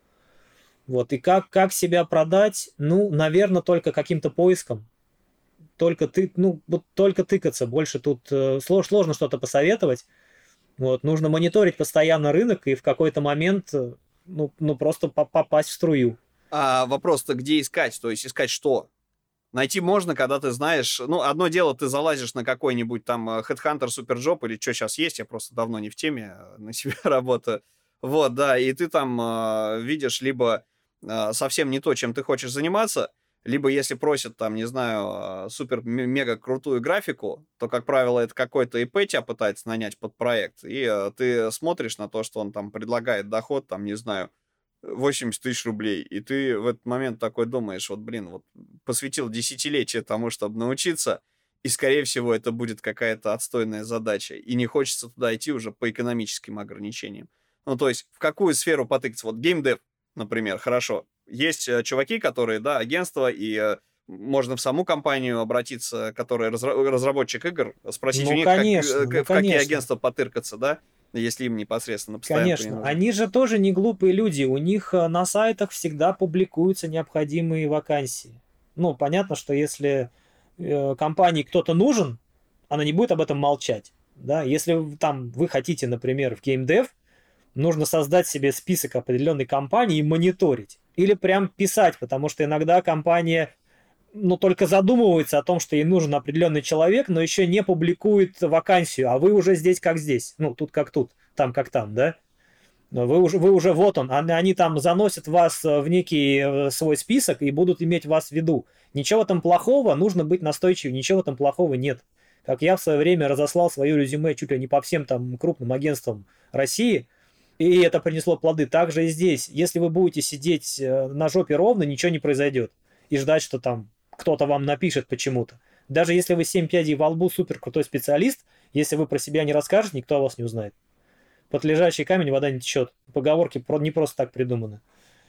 Вот, и как, как себя продать? Ну, наверное, только каким-то поиском. Только ты, ну, вот только тыкаться. Больше тут э, слож- сложно что-то посоветовать. Вот, нужно мониторить постоянно рынок и в какой-то момент, э, ну, ну просто по- попасть в струю. А вопрос-то где искать? То есть искать что? Найти можно, когда ты знаешь... Ну, одно дело, ты залазишь на какой-нибудь там э, Headhunter, Superjob или что сейчас есть, я просто давно не в теме, э, на себе работаю. Вот, да, и ты там э, видишь либо э, совсем не то, чем ты хочешь заниматься, либо если просят там, не знаю, э, супер-мега крутую графику, то, как правило, это какой-то ИП тебя пытается нанять под проект, и э, ты смотришь на то, что он там предлагает доход, там, не знаю, восемьдесят тысяч рублей. И ты в этот момент такой думаешь, вот, блин, вот посвятил десятилетие тому, чтобы научиться, и, скорее всего, это будет какая-то отстойная задача. И не хочется туда идти уже по экономическим ограничениям. Ну, то есть, в какую сферу потыкаться? Вот геймдев, например, хорошо. Есть э, чуваки, которые, да, агентство, и э, можно в саму компанию обратиться, которая разра- разработчик игр, спросить у Ну, них, как, конечно, э, ну, к- в какие конечно. агентства потыркаться, да, если им непосредственно постоянку не Конечно, нужно. они же тоже не глупые люди, у них э, на сайтах всегда публикуются необходимые вакансии. Ну, понятно, что если э, компании кто-то нужен, она не будет об этом молчать. Да? Если в- там вы хотите, например, в геймдев, нужно создать себе список определенной компании и мониторить. Или прям писать, потому что иногда компания, ну, только задумывается о том, что ей нужен определенный человек, но еще не публикует вакансию, а вы уже здесь как здесь. Ну, тут как тут, там как там, да? Но Вы уже, вы уже вот он, они, они там заносят вас э, в некий э, свой список и будут иметь вас в виду. Ничего там плохого, нужно быть настойчивым, ничего там плохого нет. Как я в свое время разослал свое резюме чуть ли не по всем там крупным агентствам России, и это принесло плоды. Так же и здесь. Если вы будете сидеть э, на жопе ровно, ничего не произойдет. И ждать, что там кто-то вам напишет почему-то. Даже если вы семь пядей во лбу супер крутой специалист, если вы про себя не расскажете, никто о вас не узнает. Под лежачий камень вода не течет. Поговорки про- не просто так придуманы.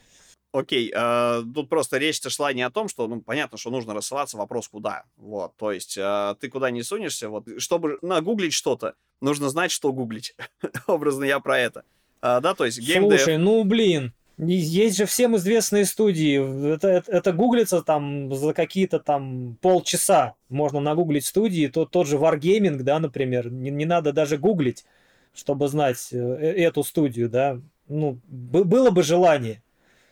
Окей, а, тут просто речь-то шла не о том, что, ну, понятно, что нужно рассылаться, вопрос куда. Вот, то есть а, ты куда не сунешься, вот, чтобы нагуглить что-то, нужно знать, что гуглить. Образно я про это. А, да, то есть геймдев. Слушай, ну блин, есть же всем известные студии. Это, это, это гуглится там за какие-то там полчаса. Можно нагуглить студии. Тот, тот же Wargaming, да, например. Не, не надо даже гуглить, чтобы знать э, э, эту студию, да. Ну, бы- было бы желание.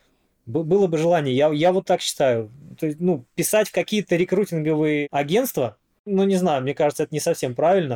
Бы- Было бы желание, я, я вот так считаю. То есть, ну, писать в какие-то рекрутинговые агентства, ну, не знаю, мне кажется, это не совсем правильно.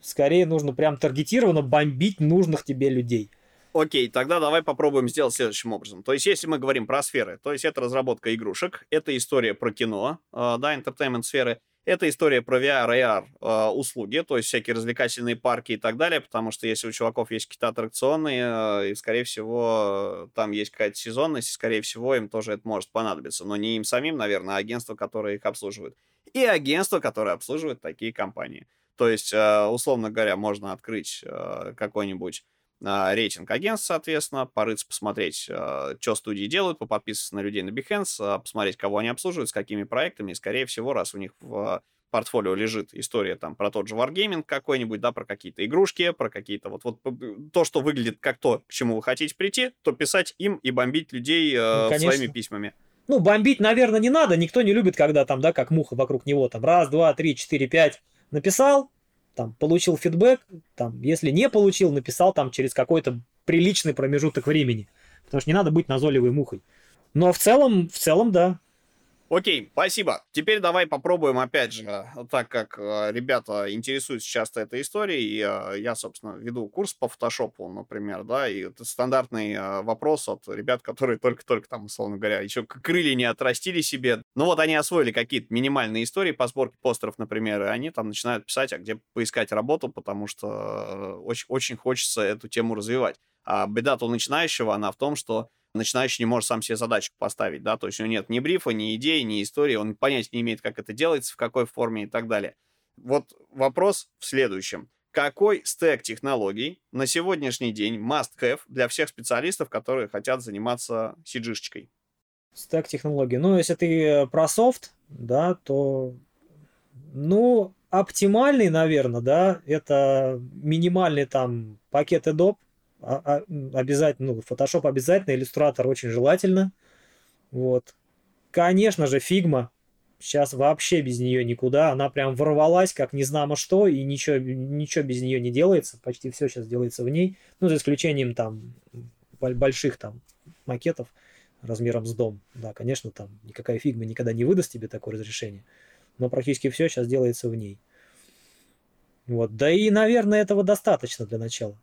скорее нужно прям таргетированно бомбить нужных тебе людей. Окей, тогда давай попробуем сделать следующим образом. То есть, если мы говорим про сферы, то есть это разработка игрушек, это история про кино, э, да, entertainment сферы, это история про ви ар и эй ар э, услуги, то есть всякие развлекательные парки и так далее, потому что если у чуваков есть какие-то аттракционы, э, и, скорее всего, там есть какая-то сезонность, и, скорее всего, им тоже это может понадобиться. Но не им самим, наверное, а агентство, которое их обслуживает. И агентство, которое обслуживает такие компании. То есть, э, условно говоря, можно открыть э, какой-нибудь рейтинг агентств, соответственно, порыться, посмотреть, что студии делают, поподписываться на людей на Behance, посмотреть, кого они обслуживают, с какими проектами, и, скорее всего, раз у них в портфолио лежит история там про тот же Wargaming какой-нибудь, да, про какие-то игрушки, про какие-то вот, вот то, что выглядит как то, к чему вы хотите прийти, то писать им и бомбить людей э, Ну, своими письмами. Ну, бомбить, наверное, не надо, никто не любит, когда там, да, как муха вокруг него, там, раз, два, три, четыре, пять написал, там, получил фидбэк, там, если не получил, написал там через какой-то приличный промежуток времени. Потому что не надо быть назойливой мухой. Но в целом, в целом, да. Окей, спасибо. Теперь давай попробуем, опять же, так как э, ребята интересуются часто этой историей, и э, я, собственно, веду курс по фотошопу, например, да, и это стандартный э, вопрос от ребят, которые только-только там, условно говоря, еще крылья не отрастили себе. Ну вот они освоили какие-то минимальные истории по сборке постеров, например, и они там начинают писать, а где поискать работу, потому что э, очень, очень хочется эту тему развивать. А беда-то у начинающего, она в том, что начинающий не может сам себе задачку поставить, да, то есть у него нет ни брифа, ни идеи, ни истории, он понятия не имеет, как это делается, в какой форме и так далее. Вот вопрос в следующем. Какой стек технологий на сегодняшний день must-have для всех специалистов, которые хотят заниматься си джи-шечкой? Стек технологий. Ну, если ты про софт, да, то, ну, оптимальный, наверное, да, это минимальный там пакет Adobe, обязательно, ну, Photoshop обязательно, иллюстратор очень желательно. Вот. Конечно же, Figma. Сейчас вообще без нее никуда. Она прям ворвалась, как не знамо что, и ничего, ничего без нее не делается. Почти все сейчас делается в ней. Ну, за исключением там больших там макетов размером с дом. Да, конечно, там никакая Figma никогда не выдаст тебе такое разрешение. Но практически все сейчас делается в ней. Вот. Да и, наверное, этого достаточно для начала.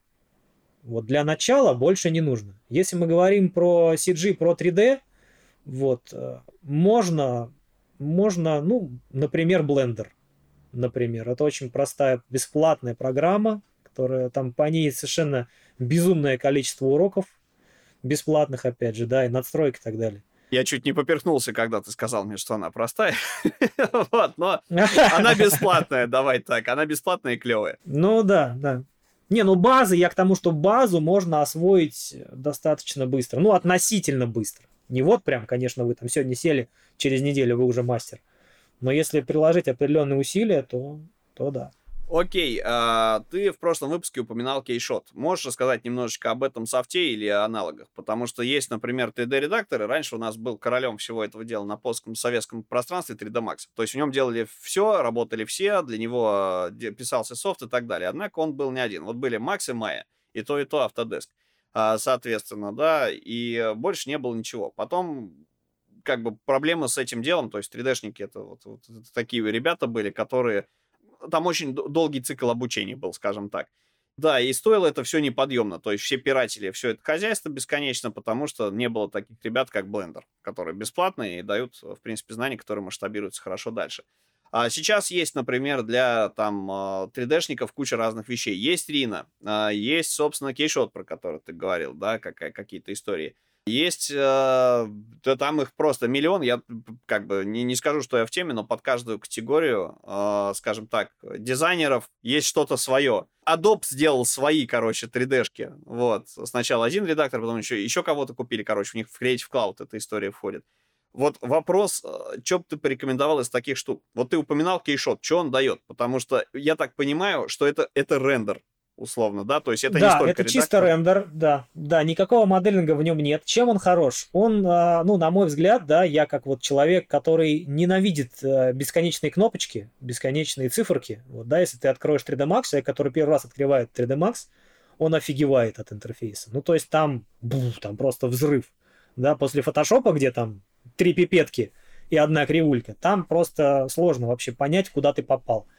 Вот для начала больше не нужно. Если мы говорим про си джи, про три дэ, вот, можно, можно, ну, например, Blender. Например, это очень простая бесплатная программа, которая там по ней совершенно безумное количество уроков, бесплатных, опять же, да, и надстройки и так далее. Я чуть не поперхнулся, когда ты сказал мне, что она простая. Вот, но она бесплатная, давай так, она бесплатная и клевая. Ну да, да. Не, ну базы, я к тому, что базу можно освоить достаточно быстро. Ну, относительно быстро. Не вот прям, конечно, вы там сегодня сели, через неделю вы уже мастер. Но если приложить определенные усилия, то, то да. Окей, а, ты в прошлом выпуске упоминал Keyshot. Можешь рассказать немножечко об этом софте или аналогах? Потому что есть, например, три дэ-редакторы. Раньше у нас был королем всего этого дела на постсоветском пространстве три дэ Max. То есть в нем делали все, работали все, для него писался софт и так далее. Однако он был не один. Вот были Max и Maya, и то, и то Autodesk. А, соответственно, да, и больше не было ничего. Потом как бы проблема с этим делом, то есть три дэ-шники это вот, вот это такие ребята были, которые... Там очень долгий цикл обучения был, скажем так. Да, и стоило это все неподъемно. То есть все пиратели, все это хозяйство бесконечно, потому что не было таких ребят, как Blender, которые бесплатные и дают, в принципе, знания, которые масштабируются хорошо дальше. А сейчас есть, например, для там три дэ-шников куча разных вещей. Есть Rhino, есть, собственно, Keyshot, про который ты говорил, да, как, какие-то истории. Есть, э, да, там их просто миллион, я как бы не, не скажу, что я в теме, но под каждую категорию, э, скажем так, дизайнеров есть что-то свое. Adobe сделал свои, короче, три дэ-шки, вот. Сначала один редактор, потом еще, еще кого-то купили, короче, у них в Creative Cloud эта история входит. Вот вопрос, что бы ты порекомендовал из таких штук? Вот ты упоминал Keyshot, что он дает? Потому что я так понимаю, что это, это рендер. Условно, да, то есть это да, не столько это редактор. Чисто рендер, да, да, никакого моделинга в нем нет. Чем он хорош? Он, ну, на мой взгляд, да, я как вот человек, который ненавидит бесконечные кнопочки, бесконечные циферки, вот, да, если ты откроешь три дэ Max, человек, который первый раз открывает три дэ Max, он офигевает от интерфейса. Ну, то есть там, бух, там просто взрыв, да, после фотошопа, где там три пипетки и одна кривулька, там просто сложно вообще понять, куда ты попал.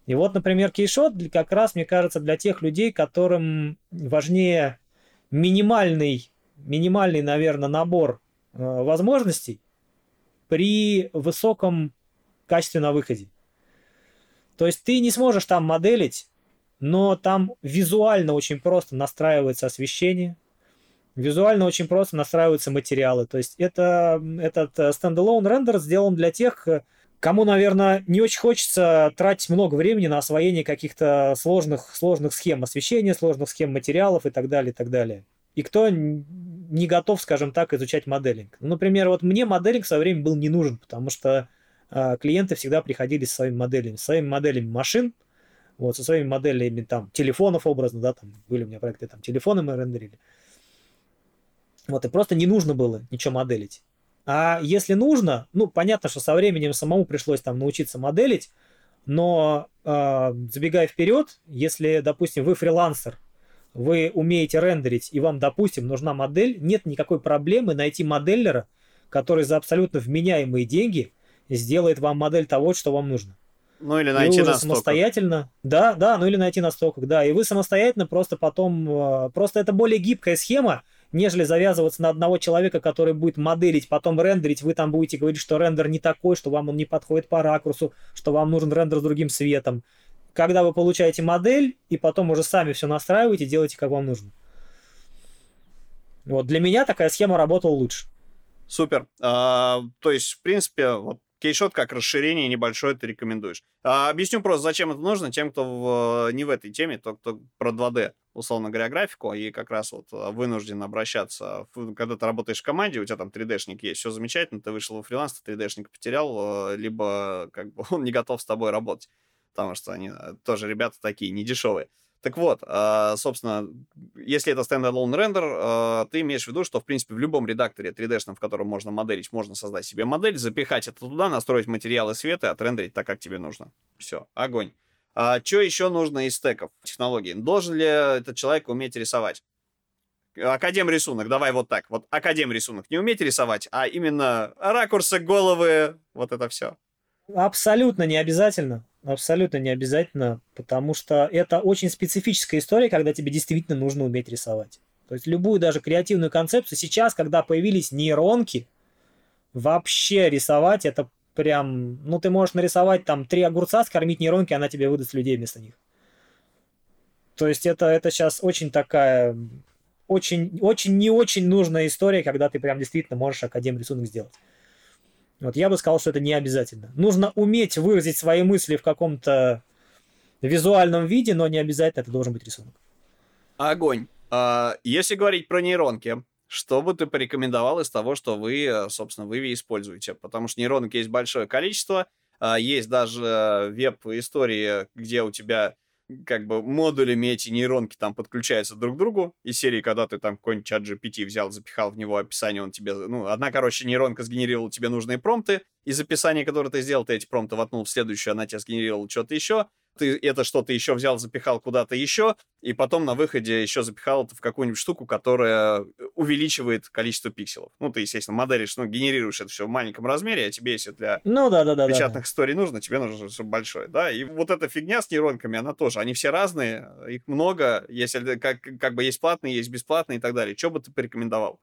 И вот, например, Keyshot для- как раз, мне кажется, для тех людей, которым важнее минимальный, минимальный, наверное, набор э, возможностей при высоком качестве на выходе. То есть ты не сможешь там моделить, но там визуально очень просто настраивается освещение, визуально очень просто настраиваются материалы. То есть это, этот э, стендалон рендер сделан для тех, э, кому, наверное, не очень хочется тратить много времени на освоение каких-то сложных, сложных схем освещения, сложных схем материалов и так далее, и так далее. И кто н- не готов, скажем так, изучать моделинг. Ну, например, вот мне моделинг в свое время был не нужен, потому что э, клиенты всегда приходили со своими моделями, со своими моделями машин, вот, со своими моделями там телефонов образно, да, там были у меня проекты, там телефоны мы рендерили. Вот, и просто не нужно было ничего моделить. А если нужно, ну, понятно, что со временем самому пришлось там научиться моделить, но э, забегая вперед, если, допустим, вы фрилансер, вы умеете рендерить, и вам, допустим, нужна модель, нет никакой проблемы найти моделлера, который за абсолютно вменяемые деньги сделает вам модель того, что вам нужно. Ну или И вы найти уже на стоках. самостоятельно, да, да, ну или найти на стоках, да, и вы самостоятельно просто потом, э, просто это более гибкая схема, нежели завязываться на одного человека, который будет моделить, потом рендерить, вы там будете говорить, что рендер не такой, что вам он не подходит по ракурсу, что вам нужен рендер с другим светом. Когда вы получаете модель, и потом уже сами все настраиваете, делаете, как вам нужно. Вот, для меня такая схема работала лучше. Супер. А, то есть, в принципе, вот Keyshot как расширение небольшое ты рекомендуешь. А, объясню просто, зачем это нужно тем, кто в, не в этой теме, то, кто про два дэ, условно говоря, графику, и как раз вот а, вынужден обращаться. В- когда ты работаешь в команде, у тебя там три дэ-шник есть, все замечательно, ты вышел во фриланс, ты три дэ-шника потерял, а, либо как бы он не готов с тобой работать, потому что они а, тоже ребята такие, не дешевые. Так вот, а, собственно, если это стендалон рендер, а, ты имеешь в виду, что, в принципе, в любом редакторе три дэ-шном, в котором можно моделить, можно создать себе модель, запихать это туда, настроить материалы света и отрендерить так, как тебе нужно. Все, огонь. А что еще нужно из стеков технологий? Должен ли этот человек уметь рисовать? Академ рисунок, давай вот так. Вот академ рисунок. Не уметь рисовать, а именно ракурсы, головы, вот это все. Абсолютно не обязательно. Абсолютно не обязательно, потому что это очень специфическая история, когда тебе действительно нужно уметь рисовать. То есть любую даже креативную концепцию сейчас, когда появились нейронки, вообще рисовать это прям... Ну, ты можешь нарисовать там три огурца, скормить нейронки, она тебе выдаст людей вместо них. То есть это, это сейчас очень такая... Очень, очень не очень нужная история, когда ты прям действительно можешь академ рисунок сделать. Вот я бы сказал, что это не обязательно. Нужно уметь выразить свои мысли в каком-то визуальном виде, но не обязательно это должен быть рисунок. Огонь. А, если говорить про нейронки, что бы ты порекомендовал из того, что вы, э, собственно, в Иви используете? Потому что нейронок есть большое количество. а, Есть даже веб-истории, где у тебя как бы модулями эти нейронки там подключаются друг к другу. Из серии, когда ты там какой-нибудь чат джи пи ти взял, запихал в него описание, он тебе... Ну, одна, короче, нейронка сгенерировала тебе нужные промпты. Из описания, которое ты сделал, ты эти промпты воткнул в следующую, она тебе сгенерировала что-то еще. Ты это что-то еще взял, запихал куда-то еще, и потом на выходе еще запихал это в какую-нибудь штуку, которая увеличивает количество пикселов. Ну, ты, естественно, моделишь, ну, генерируешь это все в маленьком размере, а тебе, если для Ну да, да, да, да. печатных историй нужно, тебе нужно все большое, да, и вот эта фигня с нейронками, она тоже, они все разные, их много, если как, как бы есть платные, есть бесплатные и так далее. Что бы ты порекомендовал?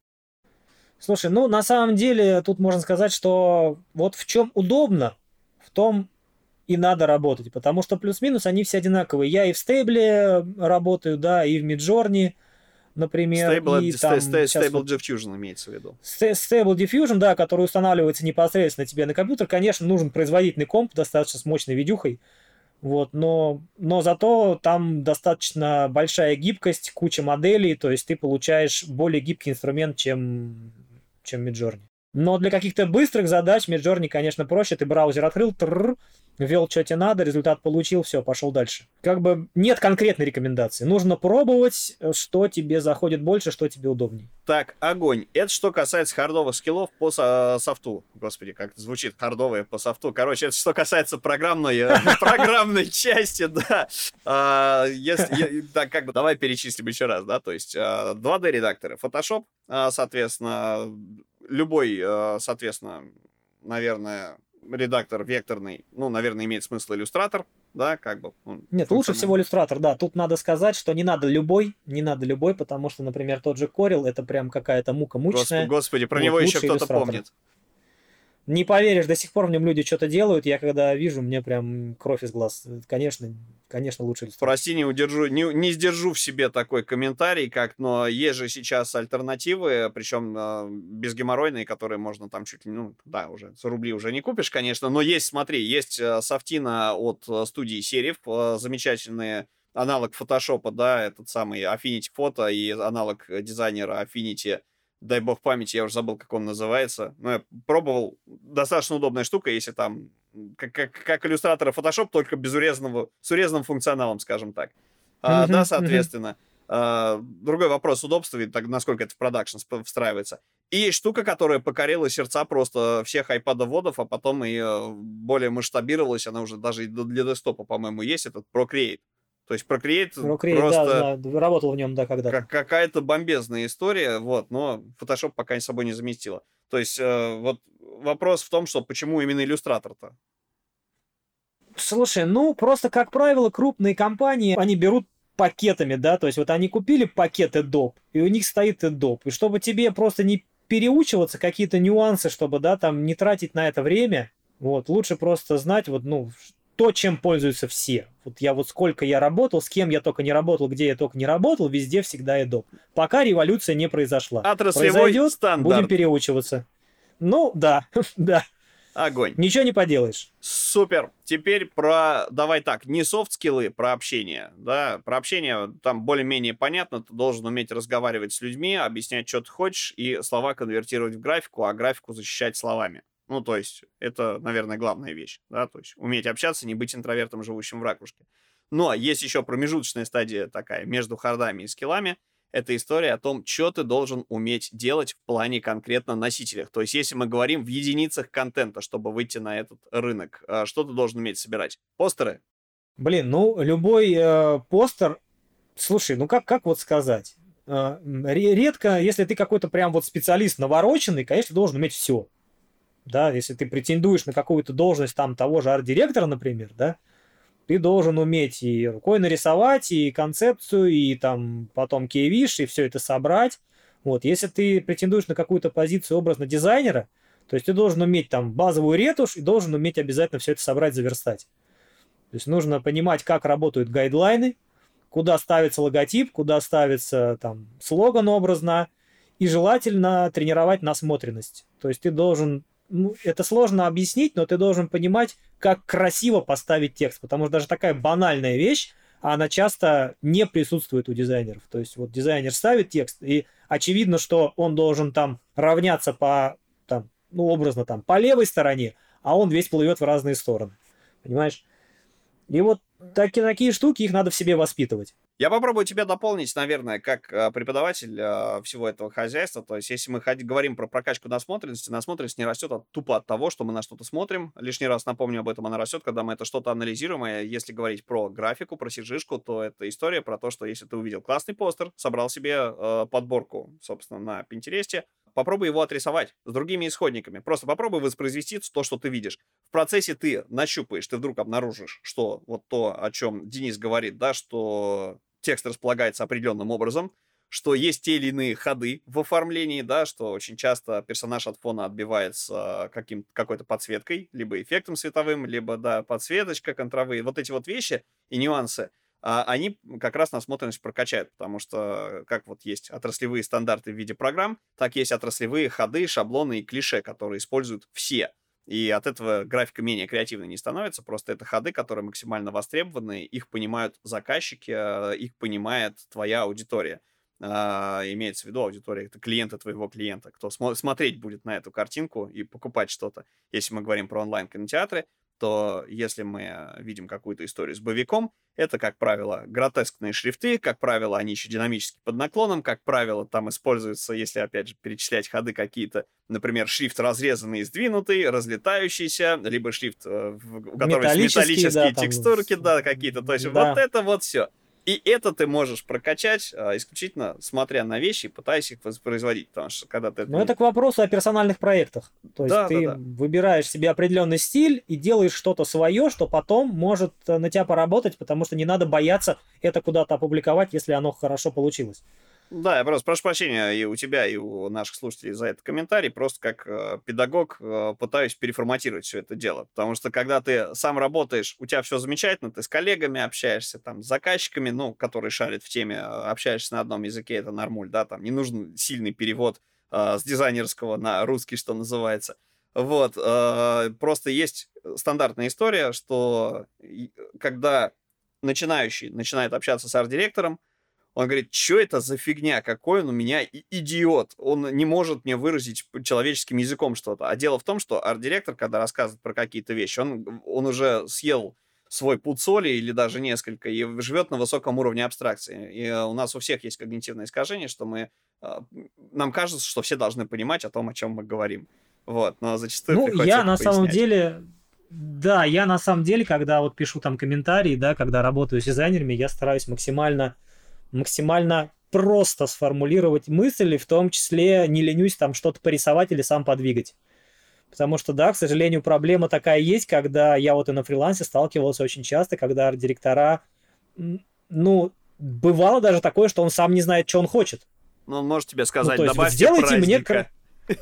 Слушай, ну на самом деле тут можно сказать, что вот в чем удобно, в том и надо работать, потому что плюс-минус они все одинаковые. Я и в стейбле работаю, да, и в Midjourney, например, Stable, и sta- там sta- сейчас Stable вот Diffusion имеется в виду. Sta- Stable Diffusion, да, который устанавливается непосредственно тебе на компьютер, конечно, нужен производительный комп, достаточно с мощной видюхой, вот, но, но зато там достаточно большая гибкость, куча моделей, то есть ты получаешь более гибкий инструмент, чем, чем Midjourney. Но для каких-то быстрых задач Midjourney, конечно, проще. Ты браузер открыл, трррр, ввел, что тебе надо, результат получил, все, пошел дальше. Как бы нет конкретной рекомендации. Нужно пробовать, что тебе заходит больше, что тебе удобнее. Так, огонь. Это что касается хардовых скиллов по со- софту. Господи, как это звучит, хардовые по софту. Короче, это что касается программной, э, программной части, да. А, если, я- так, как бы, давай перечислим еще раз, да, то есть а, два дэ-редакторы, Photoshop, а, соответственно, любой, а, соответственно, наверное, редактор векторный, ну, наверное, имеет смысл Illustrator, да, как бы. Нет, лучше всего Illustrator, да. Тут надо сказать, что не надо любой, не надо любой, потому что, например, тот же Corel, это прям какая-то мука мучная. Господи, про вот, него еще кто-то помнит. Не поверишь, до сих пор в нем люди что-то делают. Я когда вижу, мне прям кровь из глаз. Конечно, конечно, лучше Illustrator. Прости, не удержу, не, не сдержу в себе такой комментарий, как, но есть же сейчас альтернативы, причем э, безгеморройные, которые можно там чуть ли, ну, да, уже за рубли уже не купишь, конечно, но есть, смотри, есть э, софтина от э, студии Serif, э, замечательные аналог фотошопа, да, этот самый Affinity Photo и аналог дизайнера Affinity, дай бог памяти, я уже забыл, как он называется. Но я пробовал. Достаточно удобная штука, если там как, как, как иллюстратор и Photoshop, только без урезанного, с урезанным функционалом, скажем так. А, mm-hmm, да, соответственно. Mm-hmm. А, другой вопрос удобства, и так, насколько это в продакшн встраивается. И есть штука, которая покорила сердца просто всех айпадоводов, а потом и более масштабировалась. Она уже даже для десктопа, по-моему, есть, этот Procreate. То есть Procreate, Procreate просто... Да, работал в нем, да, когда-то. Как, какая-то бомбезная история, вот, но Photoshop пока с собой не заместила. То есть э, вот вопрос в том, что почему именно иллюстратор-то? Слушай, ну, просто, как правило, крупные компании, они берут пакетами, да, то есть вот они купили пакет Adobe, и у них стоит Adobe, и чтобы тебе просто не переучиваться, какие-то нюансы, чтобы, да, там, не тратить на это время, вот, лучше просто знать, вот, ну, то, чем пользуются все. Вот я вот сколько я работал, с кем я только не работал, где я только не работал, везде всегда Adobe. Пока революция не произошла. Отраслевой Произойдет, стандарт. Будем переучиваться. Ну, да, да. Огонь. Ничего не поделаешь. Супер. Теперь про, давай так, не софт-скиллы, про общение. Да, про общение там более-менее понятно. Ты должен уметь разговаривать с людьми, объяснять, что ты хочешь, и слова конвертировать в графику, а графику защищать словами. Ну, то есть, это, наверное, главная вещь, да, то есть, уметь общаться, не быть интровертом, живущим в ракушке. Но есть еще промежуточная стадия такая, между хардами и скиллами, это история о том, что ты должен уметь делать в плане конкретно носителях. То есть, если мы говорим в единицах контента, чтобы выйти на этот рынок, что ты должен уметь собирать? Постеры? Блин, ну, любой э, постер, слушай, ну, как, как вот сказать? Э, редко, если ты какой-то прям вот специалист навороченный, конечно, должен уметь все. Да, если ты претендуешь на какую-то должность там того же арт-директора, например, да, ты должен уметь и рукой нарисовать, и концепцию, и там потом кей-виш, и все это собрать. Вот, если ты претендуешь на какую-то позицию образно дизайнера, то есть ты должен уметь там базовую ретушь и должен уметь обязательно все это собрать, заверстать. То есть нужно понимать, как работают гайдлайны, куда ставится логотип, куда ставится там слоган образно, и желательно тренировать насмотренность. То есть ты должен... Ну, это сложно объяснить, но ты должен понимать, как красиво поставить текст, потому что даже такая банальная вещь, она часто не присутствует у дизайнеров. То есть вот дизайнер ставит текст, и очевидно, что он должен там равняться по, там, ну, образно, там, по левой стороне, а он весь плывет в разные стороны. Понимаешь? И вот такие, такие штуки, их надо в себе воспитывать. Я попробую тебя дополнить, наверное, как э, преподаватель э, всего этого хозяйства. То есть, если мы ходим, говорим про прокачку насмотренности, насмотренность не растет от, тупо от того, что мы на что-то смотрим. Лишний раз напомню об этом, она растет, когда мы это что-то анализируем. И если говорить про графику, про сижишку, то это история про то, что если ты увидел классный постер, собрал себе э, подборку, собственно, на Пинтересте, попробуй его отрисовать с другими исходниками. Просто попробуй воспроизвести то, что ты видишь. В процессе ты нащупаешь, ты вдруг обнаружишь, что вот то, о чем Денис говорит, да, что текст располагается определенным образом, что есть те или иные ходы в оформлении, да, что очень часто персонаж от фона отбивается каким, какой-то подсветкой, либо эффектом световым, либо, да, подсветочка, контровые. Вот эти вот вещи и нюансы, а, они как раз насмотренность прокачают, потому что как вот есть отраслевые стандарты в виде программ, так есть отраслевые ходы, шаблоны и клише, которые используют все. И от этого графика менее креативной не становится, просто это ходы, которые максимально востребованы, их понимают заказчики, их понимает твоя аудитория. А, имеется в виду аудитория, это клиенты твоего клиента, кто смо- смотреть будет на эту картинку и покупать что-то. Если мы говорим про онлайн-кинотеатры, то если мы видим какую-то историю с боевиком, это, как правило, гротескные шрифты, как правило, они еще динамически под наклоном, как правило, там используются, если, опять же, перечислять ходы какие-то, например, шрифт разрезанный и сдвинутый, разлетающийся, либо шрифт, у которого есть металлические да, текстурки, там... да, какие-то, то есть да. вот это вот все. И это ты можешь прокачать а, исключительно смотря на вещи и пытаясь их воспроизводить, потому что когда ты... Но это к вопросу о персональных проектах. То есть Да, ты да, да. выбираешь себе определенный стиль и делаешь что-то свое, что потом может э, на тебя поработать, потому что не надо бояться это куда-то опубликовать, если оно хорошо получилось. Да, я просто прошу прощения и у тебя, и у наших слушателей за этот комментарий. Просто как э, педагог э, пытаюсь переформатировать все это дело. Потому что когда ты сам работаешь, у тебя все замечательно, ты с коллегами общаешься, там, с заказчиками, ну, которые шарят в теме, э, общаешься на одном языке, это нормуль, да, там не нужен сильный перевод э, с дизайнерского на русский, что называется. Вот, э, просто есть стандартная история, что и- когда начинающий начинает общаться с арт-директором, он говорит, что это за фигня, какой он у меня и- идиот. Он не может мне выразить п- человеческим языком что-то. А дело в том, что арт-директор, когда рассказывает про какие-то вещи, он, он уже съел свой пуд соли или даже несколько и живет на высоком уровне абстракции. И э, у нас у всех есть когнитивное искажение, что мы... э, нам кажется, что все должны понимать о том, о чем мы говорим. Вот, но зачастую Ну, приходится я это на самом пояснять. деле, да, я на самом деле, когда вот пишу там комментарии, да, когда работаю с дизайнерами, я стараюсь максимально, максимально просто сформулировать мысли, в том числе не ленюсь там что-то порисовать или сам подвигать. Потому что, да, к сожалению, проблема такая есть, когда я вот и на фрилансе сталкивался очень часто, когда арт-директора, м, ну, бывало даже такое, что он сам не знает, что он хочет. Ну, он может тебе Ну, сказать, то есть, вот добавьте сделайте мне... праздника.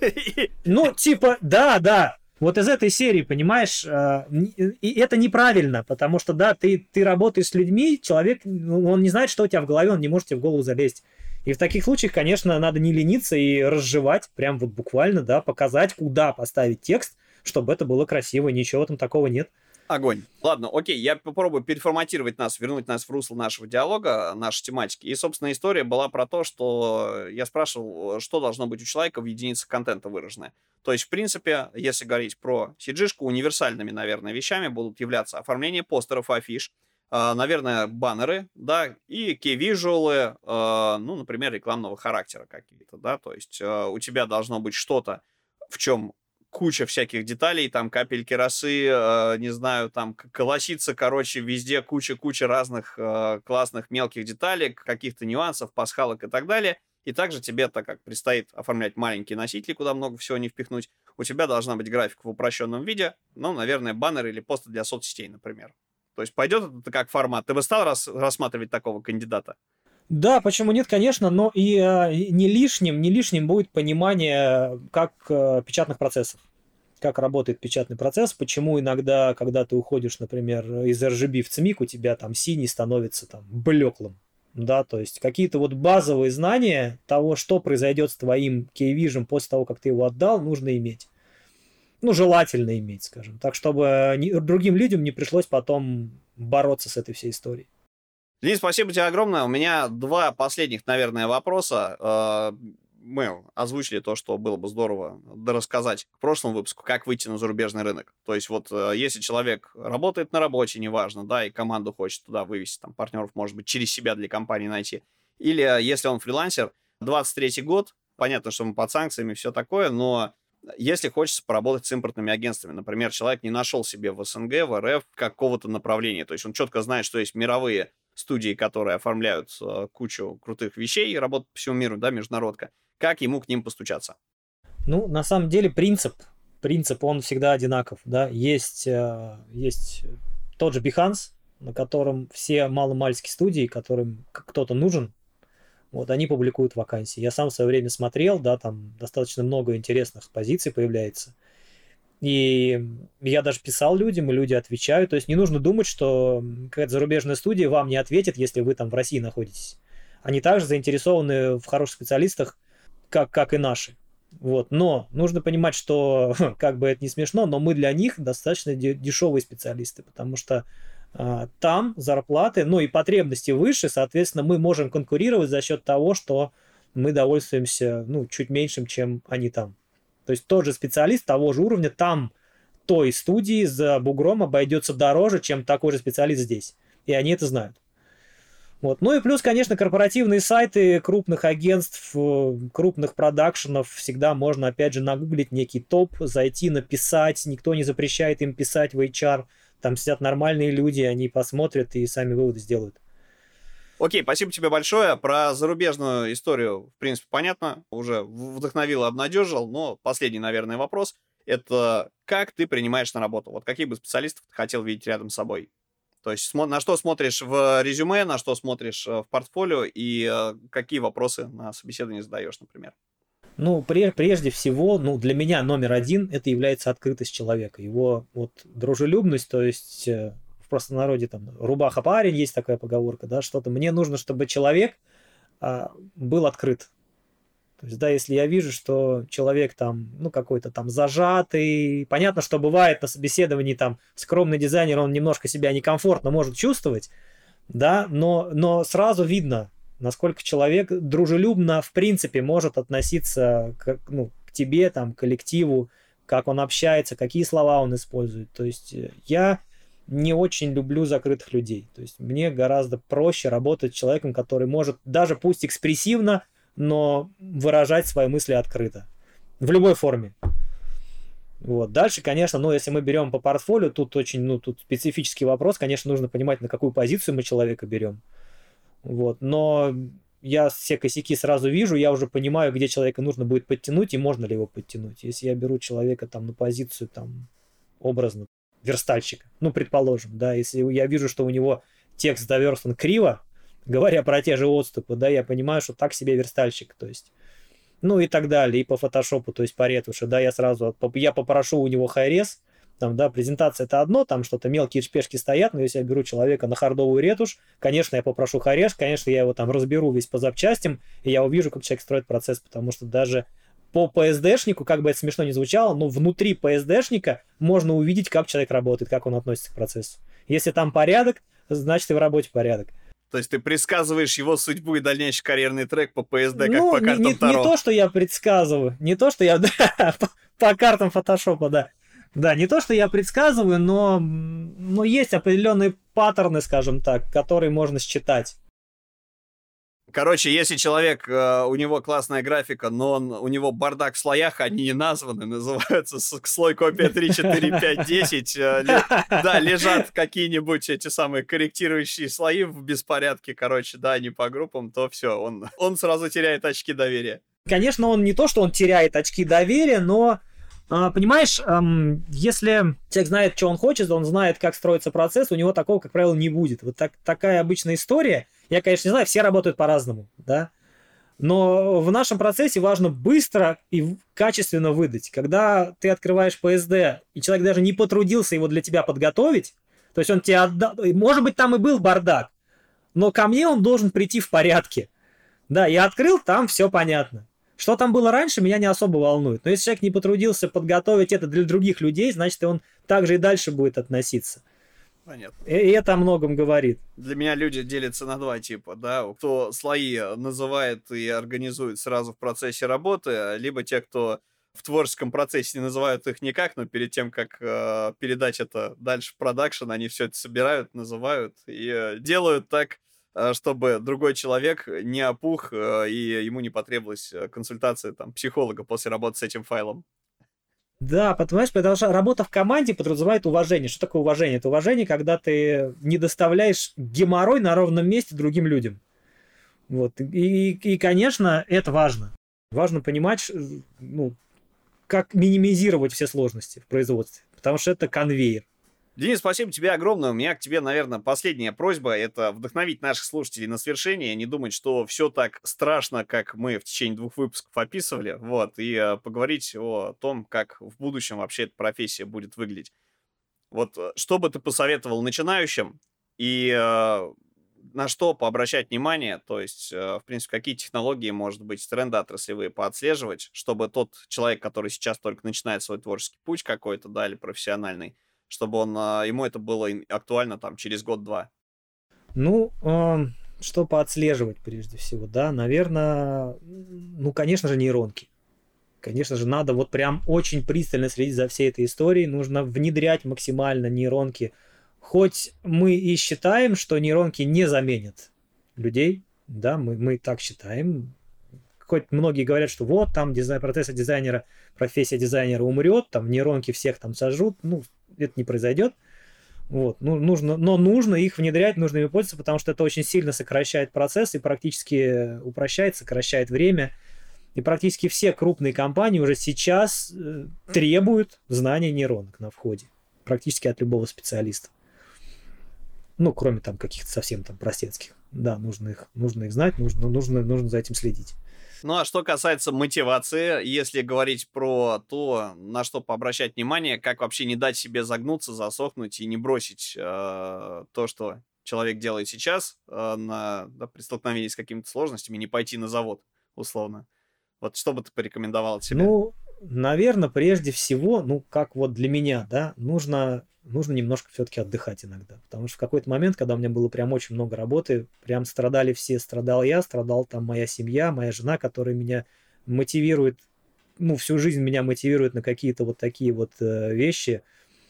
Ну, типа, да, да. Вот из этой серии, понимаешь, э, н- и это неправильно, потому что, да, ты, ты работаешь с людьми, человек, ну, он не знает, что у тебя в голове, он не может тебе в голову залезть. И в таких случаях, конечно, надо не лениться и разжевать, прям вот буквально, да, показать, куда поставить текст, чтобы это было красиво, ничего там такого нет. Огонь. Ладно, окей, я попробую переформатировать нас, вернуть нас в русло нашего диалога, нашей тематики. И, собственно, история была про то, что я спрашивал, что должно быть у человека в единицах контента выраженное. То есть, в принципе, если говорить про си джи-шку, универсальными, наверное, вещами будут являться оформление постеров, афиш, а, наверное, баннеры, да, и кей-визуалы, а, ну, например, рекламного характера какие-то, да, то есть а, у тебя должно быть что-то, в чем куча всяких деталей, там капельки росы, э, не знаю, там к- колосится, короче, везде куча-куча разных э, классных мелких деталей, каких-то нюансов, пасхалок и так далее. И также тебе, так как предстоит оформлять маленькие носители, куда много всего не впихнуть, у тебя должна быть графика в упрощенном виде, ну, наверное, баннер или посты для соцсетей, например. То есть пойдет это как формат? Ты бы стал рас- рассматривать такого кандидата? Да, почему нет, конечно, но и э, и не лишним, не лишним будет понимание, как э, печатных процессов, как работает печатный процесс, почему иногда, когда ты уходишь, например, из эр джи би в цмик, у тебя там синий становится там блеклым, да, то есть какие-то вот базовые знания того, что произойдет с твоим кей-вижем после того, как ты его отдал, нужно иметь. Ну, желательно иметь, скажем, так, чтобы ни- другим людям не пришлось потом бороться с этой всей историей. Денис, спасибо тебе огромное. У меня два последних, наверное, вопроса. Э, Мы озвучили то, что было бы здорово рассказать к прошлому выпуску, как выйти на зарубежный рынок. То есть вот э, если человек работает на работе, неважно, да, и команду хочет туда вывести, там, партнеров, может быть, через себя для компании найти. Или э, если он фрилансер, двадцать третий год, понятно, что мы под санкциями, все такое, но если хочется поработать с импортными агентствами, например, человек не нашел себе в СНГ, в эр эф какого-то направления, то есть он четко знает, что есть мировые студии, которые оформляют э, кучу крутых вещей и работают по всему миру, да, международка, как ему к ним постучаться? Ну, на самом деле принцип, принцип, он всегда одинаков, да. Есть, э, есть тот же Behance, на котором все маломальские студии, которым к- кто-то нужен, вот, они публикуют вакансии. Я сам в свое время смотрел, да, там достаточно много интересных позиций появляется. И я даже писал людям, и люди отвечают. То есть не нужно думать, что какая-то зарубежная студия вам не ответит, если вы там в России находитесь. Они также заинтересованы в хороших специалистах, как, как и наши. Вот. Но нужно понимать, что, как бы это не смешно, но мы для них достаточно де- дешевые специалисты, потому что а, там зарплаты, ну и потребности выше, соответственно, мы можем конкурировать за счет того, что мы довольствуемся, ну, чуть меньшим, чем они там. То есть тот же специалист того же уровня там той студии за бугром обойдется дороже, чем такой же специалист здесь. И они это знают. Вот. Ну и плюс, конечно, корпоративные сайты крупных агентств, э, крупных продакшенов всегда можно, опять же, нагуглить некий топ, зайти, написать. Никто не запрещает им писать в эйч ар. Там сидят нормальные люди, они посмотрят и сами выводы сделают. Окей, спасибо тебе большое. Про зарубежную историю, в принципе, понятно. Уже вдохновил и обнадежил. Но последний, наверное, вопрос. Это как ты принимаешь на работу? Вот каких бы специалистов ты хотел видеть рядом с собой? То есть на что смотришь в резюме, на что смотришь в портфолио и э, какие вопросы на собеседовании задаешь, например? Ну, прежде всего, ну, для меня номер один это является открытость человека. Его вот дружелюбность, то есть э, в простонародье там рубаха парень, есть такая поговорка, да, что-то. Мне нужно, чтобы человек а, был открыт. То есть, да, если я вижу, что человек там, ну, какой-то там зажатый, понятно, что бывает на собеседовании там скромный дизайнер, он немножко себя некомфортно может чувствовать, да, но, но сразу видно, насколько человек дружелюбно, в принципе, может относиться к, ну, к тебе, там, к коллективу, как он общается, какие слова он использует. То есть я не очень люблю закрытых людей. То есть мне гораздо проще работать с человеком, который может, даже пусть экспрессивно, но выражать свои мысли открыто. В любой форме. Вот. Дальше, конечно, ну, если мы берем по портфолио, тут очень, ну, тут специфический вопрос. Конечно, нужно понимать, на какую позицию мы человека берем. Вот. Но я все косяки сразу вижу, я уже понимаю, где человека нужно будет подтянуть и можно ли его подтянуть. Если я беру человека там на позицию, там, образно, верстальщика, ну, предположим, да, если я вижу, что у него текст заверстан криво, говоря про те же отступы, да, я понимаю, что так себе верстальщик, то есть, ну и так далее, и по фотошопу, то есть по ретуше, да, я сразу, я попрошу у него хайрез, там, да, презентация это одно, там что-то мелкие шпешки стоят, но если я беру человека на хардовую ретушь, конечно, я попрошу хайрез, конечно, я его там разберу весь по запчастям, и я увижу, как человек строит процесс, потому что даже по пи эс ди-шнику, как бы это смешно не звучало, но внутри пи эс ди-шника можно увидеть, как человек работает, как он относится к процессу. Если там порядок, значит и в работе порядок. То есть ты предсказываешь его судьбу и дальнейший карьерный трек по пи эс ди, ну, как по картам не, Таро. Не то, что я предсказываю, не то, что я... Да, по, по картам фотошопа, да. Да, не то, что я предсказываю, но, но есть определенные паттерны, скажем так, которые можно считать. Короче, если человек, э, у него классная графика, но он, у него бардак в слоях, они не названы, называются слой копия три, четыре, пять, десять. Э, ле, да, лежат какие-нибудь эти самые корректирующие слои в беспорядке, короче, да, не по группам, то все, он, он сразу теряет очки доверия. Конечно, он не то, что он теряет очки доверия, но, э, понимаешь, э, если человек знает, что он хочет, он знает, как строится процесс, у него такого, как правило, не будет. Вот так, такая обычная история. Я, конечно, не знаю, все работают по-разному, да, но в нашем процессе важно быстро и качественно выдать. Когда ты открываешь пи эс ди, и человек даже не потрудился его для тебя подготовить, то есть он тебе отдал, может быть, там и был бардак, но ко мне он должен прийти в порядке. Да, я открыл, там все понятно. Что там было раньше, меня не особо волнует. Но если человек не потрудился подготовить это для других людей, значит, он также и дальше будет относиться. Понятно. И это о многом говорит. Для меня люди делятся на два типа, да, кто слои называет и организует сразу в процессе работы, либо те, кто в творческом процессе называют их никак, но перед тем, как э, передать это дальше в продакшн, они все это собирают, называют и э, делают так, э, чтобы другой человек не опух э, и ему не потребовалась консультация там психолога после работы с этим файлом. Да, потому, потому что работа в команде подразумевает уважение. Что такое уважение? Это уважение, когда ты не доставляешь геморрой на ровном месте другим людям. Вот. И, и, конечно, это важно. Важно понимать, ну, как минимизировать все сложности в производстве, потому что это конвейер. Денис, спасибо тебе огромное. У меня к тебе, наверное, последняя просьба – это вдохновить наших слушателей на свершение, не думать, что все так страшно, как мы в течение двух выпусков описывали, вот, и э, поговорить о том, как в будущем вообще эта профессия будет выглядеть. Вот, что бы ты посоветовал начинающим и э, на что пообращать внимание, то есть, э, в принципе, какие технологии, может быть, тренды отраслевые поотслеживать, чтобы тот человек, который сейчас только начинает свой творческий путь какой-то, да, или профессиональный, чтобы он, ему это было актуально там через год-два? Ну, э, что поотслеживать прежде всего, да, наверное, ну, конечно же, нейронки. Конечно же, надо вот прям очень пристально следить за всей этой историей, нужно внедрять максимально нейронки. Хоть мы и считаем, что нейронки не заменят людей, да, мы, мы так считаем. Хоть многие говорят, что вот там дизайн, процесса дизайнера, профессия дизайнера умрет, там нейронки всех там сожрут, ну, это не произойдет. Вот, ну, нужно, но нужно их внедрять, нужно ими пользоваться, потому что это очень сильно сокращает процесс и практически упрощает, сокращает время. И практически все крупные компании уже сейчас э, требуют знания нейронок на входе. Практически от любого специалиста. Ну, кроме там каких-то совсем там простецких. Да, нужно их, нужно их знать, нужно, нужно, нужно за этим следить. Ну, а что касается мотивации, если говорить про то, на что пообращать внимание, как вообще не дать себе загнуться, засохнуть и не бросить э, то, что человек делает сейчас, э, на, да, при столкновении с какими-то сложностями, не пойти на завод, условно. Вот что бы ты порекомендовал от себя? Ну, наверное, прежде всего, ну, как вот для меня, да, нужно, нужно немножко все-таки отдыхать иногда. Потому что в какой-то момент, когда у меня было прям очень много работы, прям страдали все, страдал я, страдал там моя семья, моя жена, которая меня мотивирует, ну, всю жизнь меня мотивирует на какие-то вот такие вот э, вещи.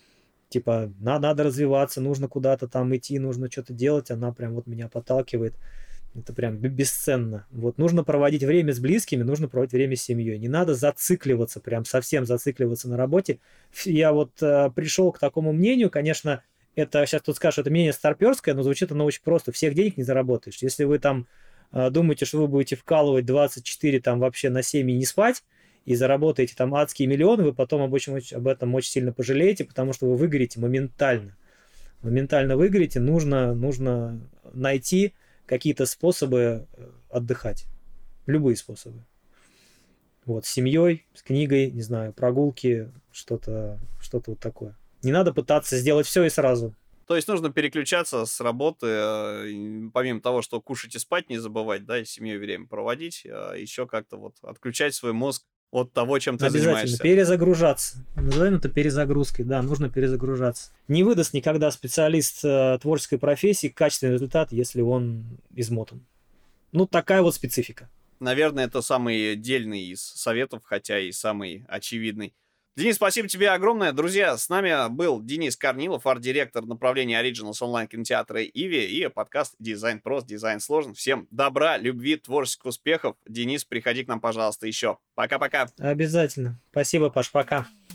Типа, на, надо развиваться, нужно куда-то там идти, нужно что-то делать, она прям вот меня подталкивает. Это прям бесценно. Вот нужно проводить время с близкими, нужно проводить время с семьей. Не надо зацикливаться, прям совсем зацикливаться на работе. Я вот э, пришел к такому мнению, конечно, это сейчас тут скажешь, это мнение старперское, но звучит оно очень просто. Всех денег не заработаешь. Если вы там э, думаете, что вы будете вкалывать двадцать четыре там вообще на семь и не спать, и заработаете там адские миллионы, вы потом об, очень, об этом очень сильно пожалеете, потому что вы выгорите моментально. Моментально выгорите, нужно, нужно найти какие-то способы отдыхать. Любые способы. Вот, с семьей, с книгой, не знаю, прогулки, что-то, что-то вот такое. Не надо пытаться сделать все и сразу. То есть нужно переключаться с работы, э, помимо того, что кушать и спать не забывать, да, и с семьей время проводить, э, еще как-то вот отключать свой мозг от того, чем ты Обязательно занимаешься. Перезагружаться. Назовем это перезагрузкой. Да, нужно перезагружаться. Не выдаст никогда специалист э, творческой профессии качественный результат, если он измотан. Ну, такая вот специфика. Наверное, это самый дельный из советов, хотя и самый очевидный. Денис, спасибо тебе огромное. Друзья, с нами был Денис Корнилов, арт-директор направления Originals онлайн-кинотеатра Иви и подкаст «Дизайн прост, дизайн сложен». Всем добра, любви, творческих успехов. Денис, приходи к нам, пожалуйста, еще. Пока-пока. Обязательно. Спасибо, Паш, пока.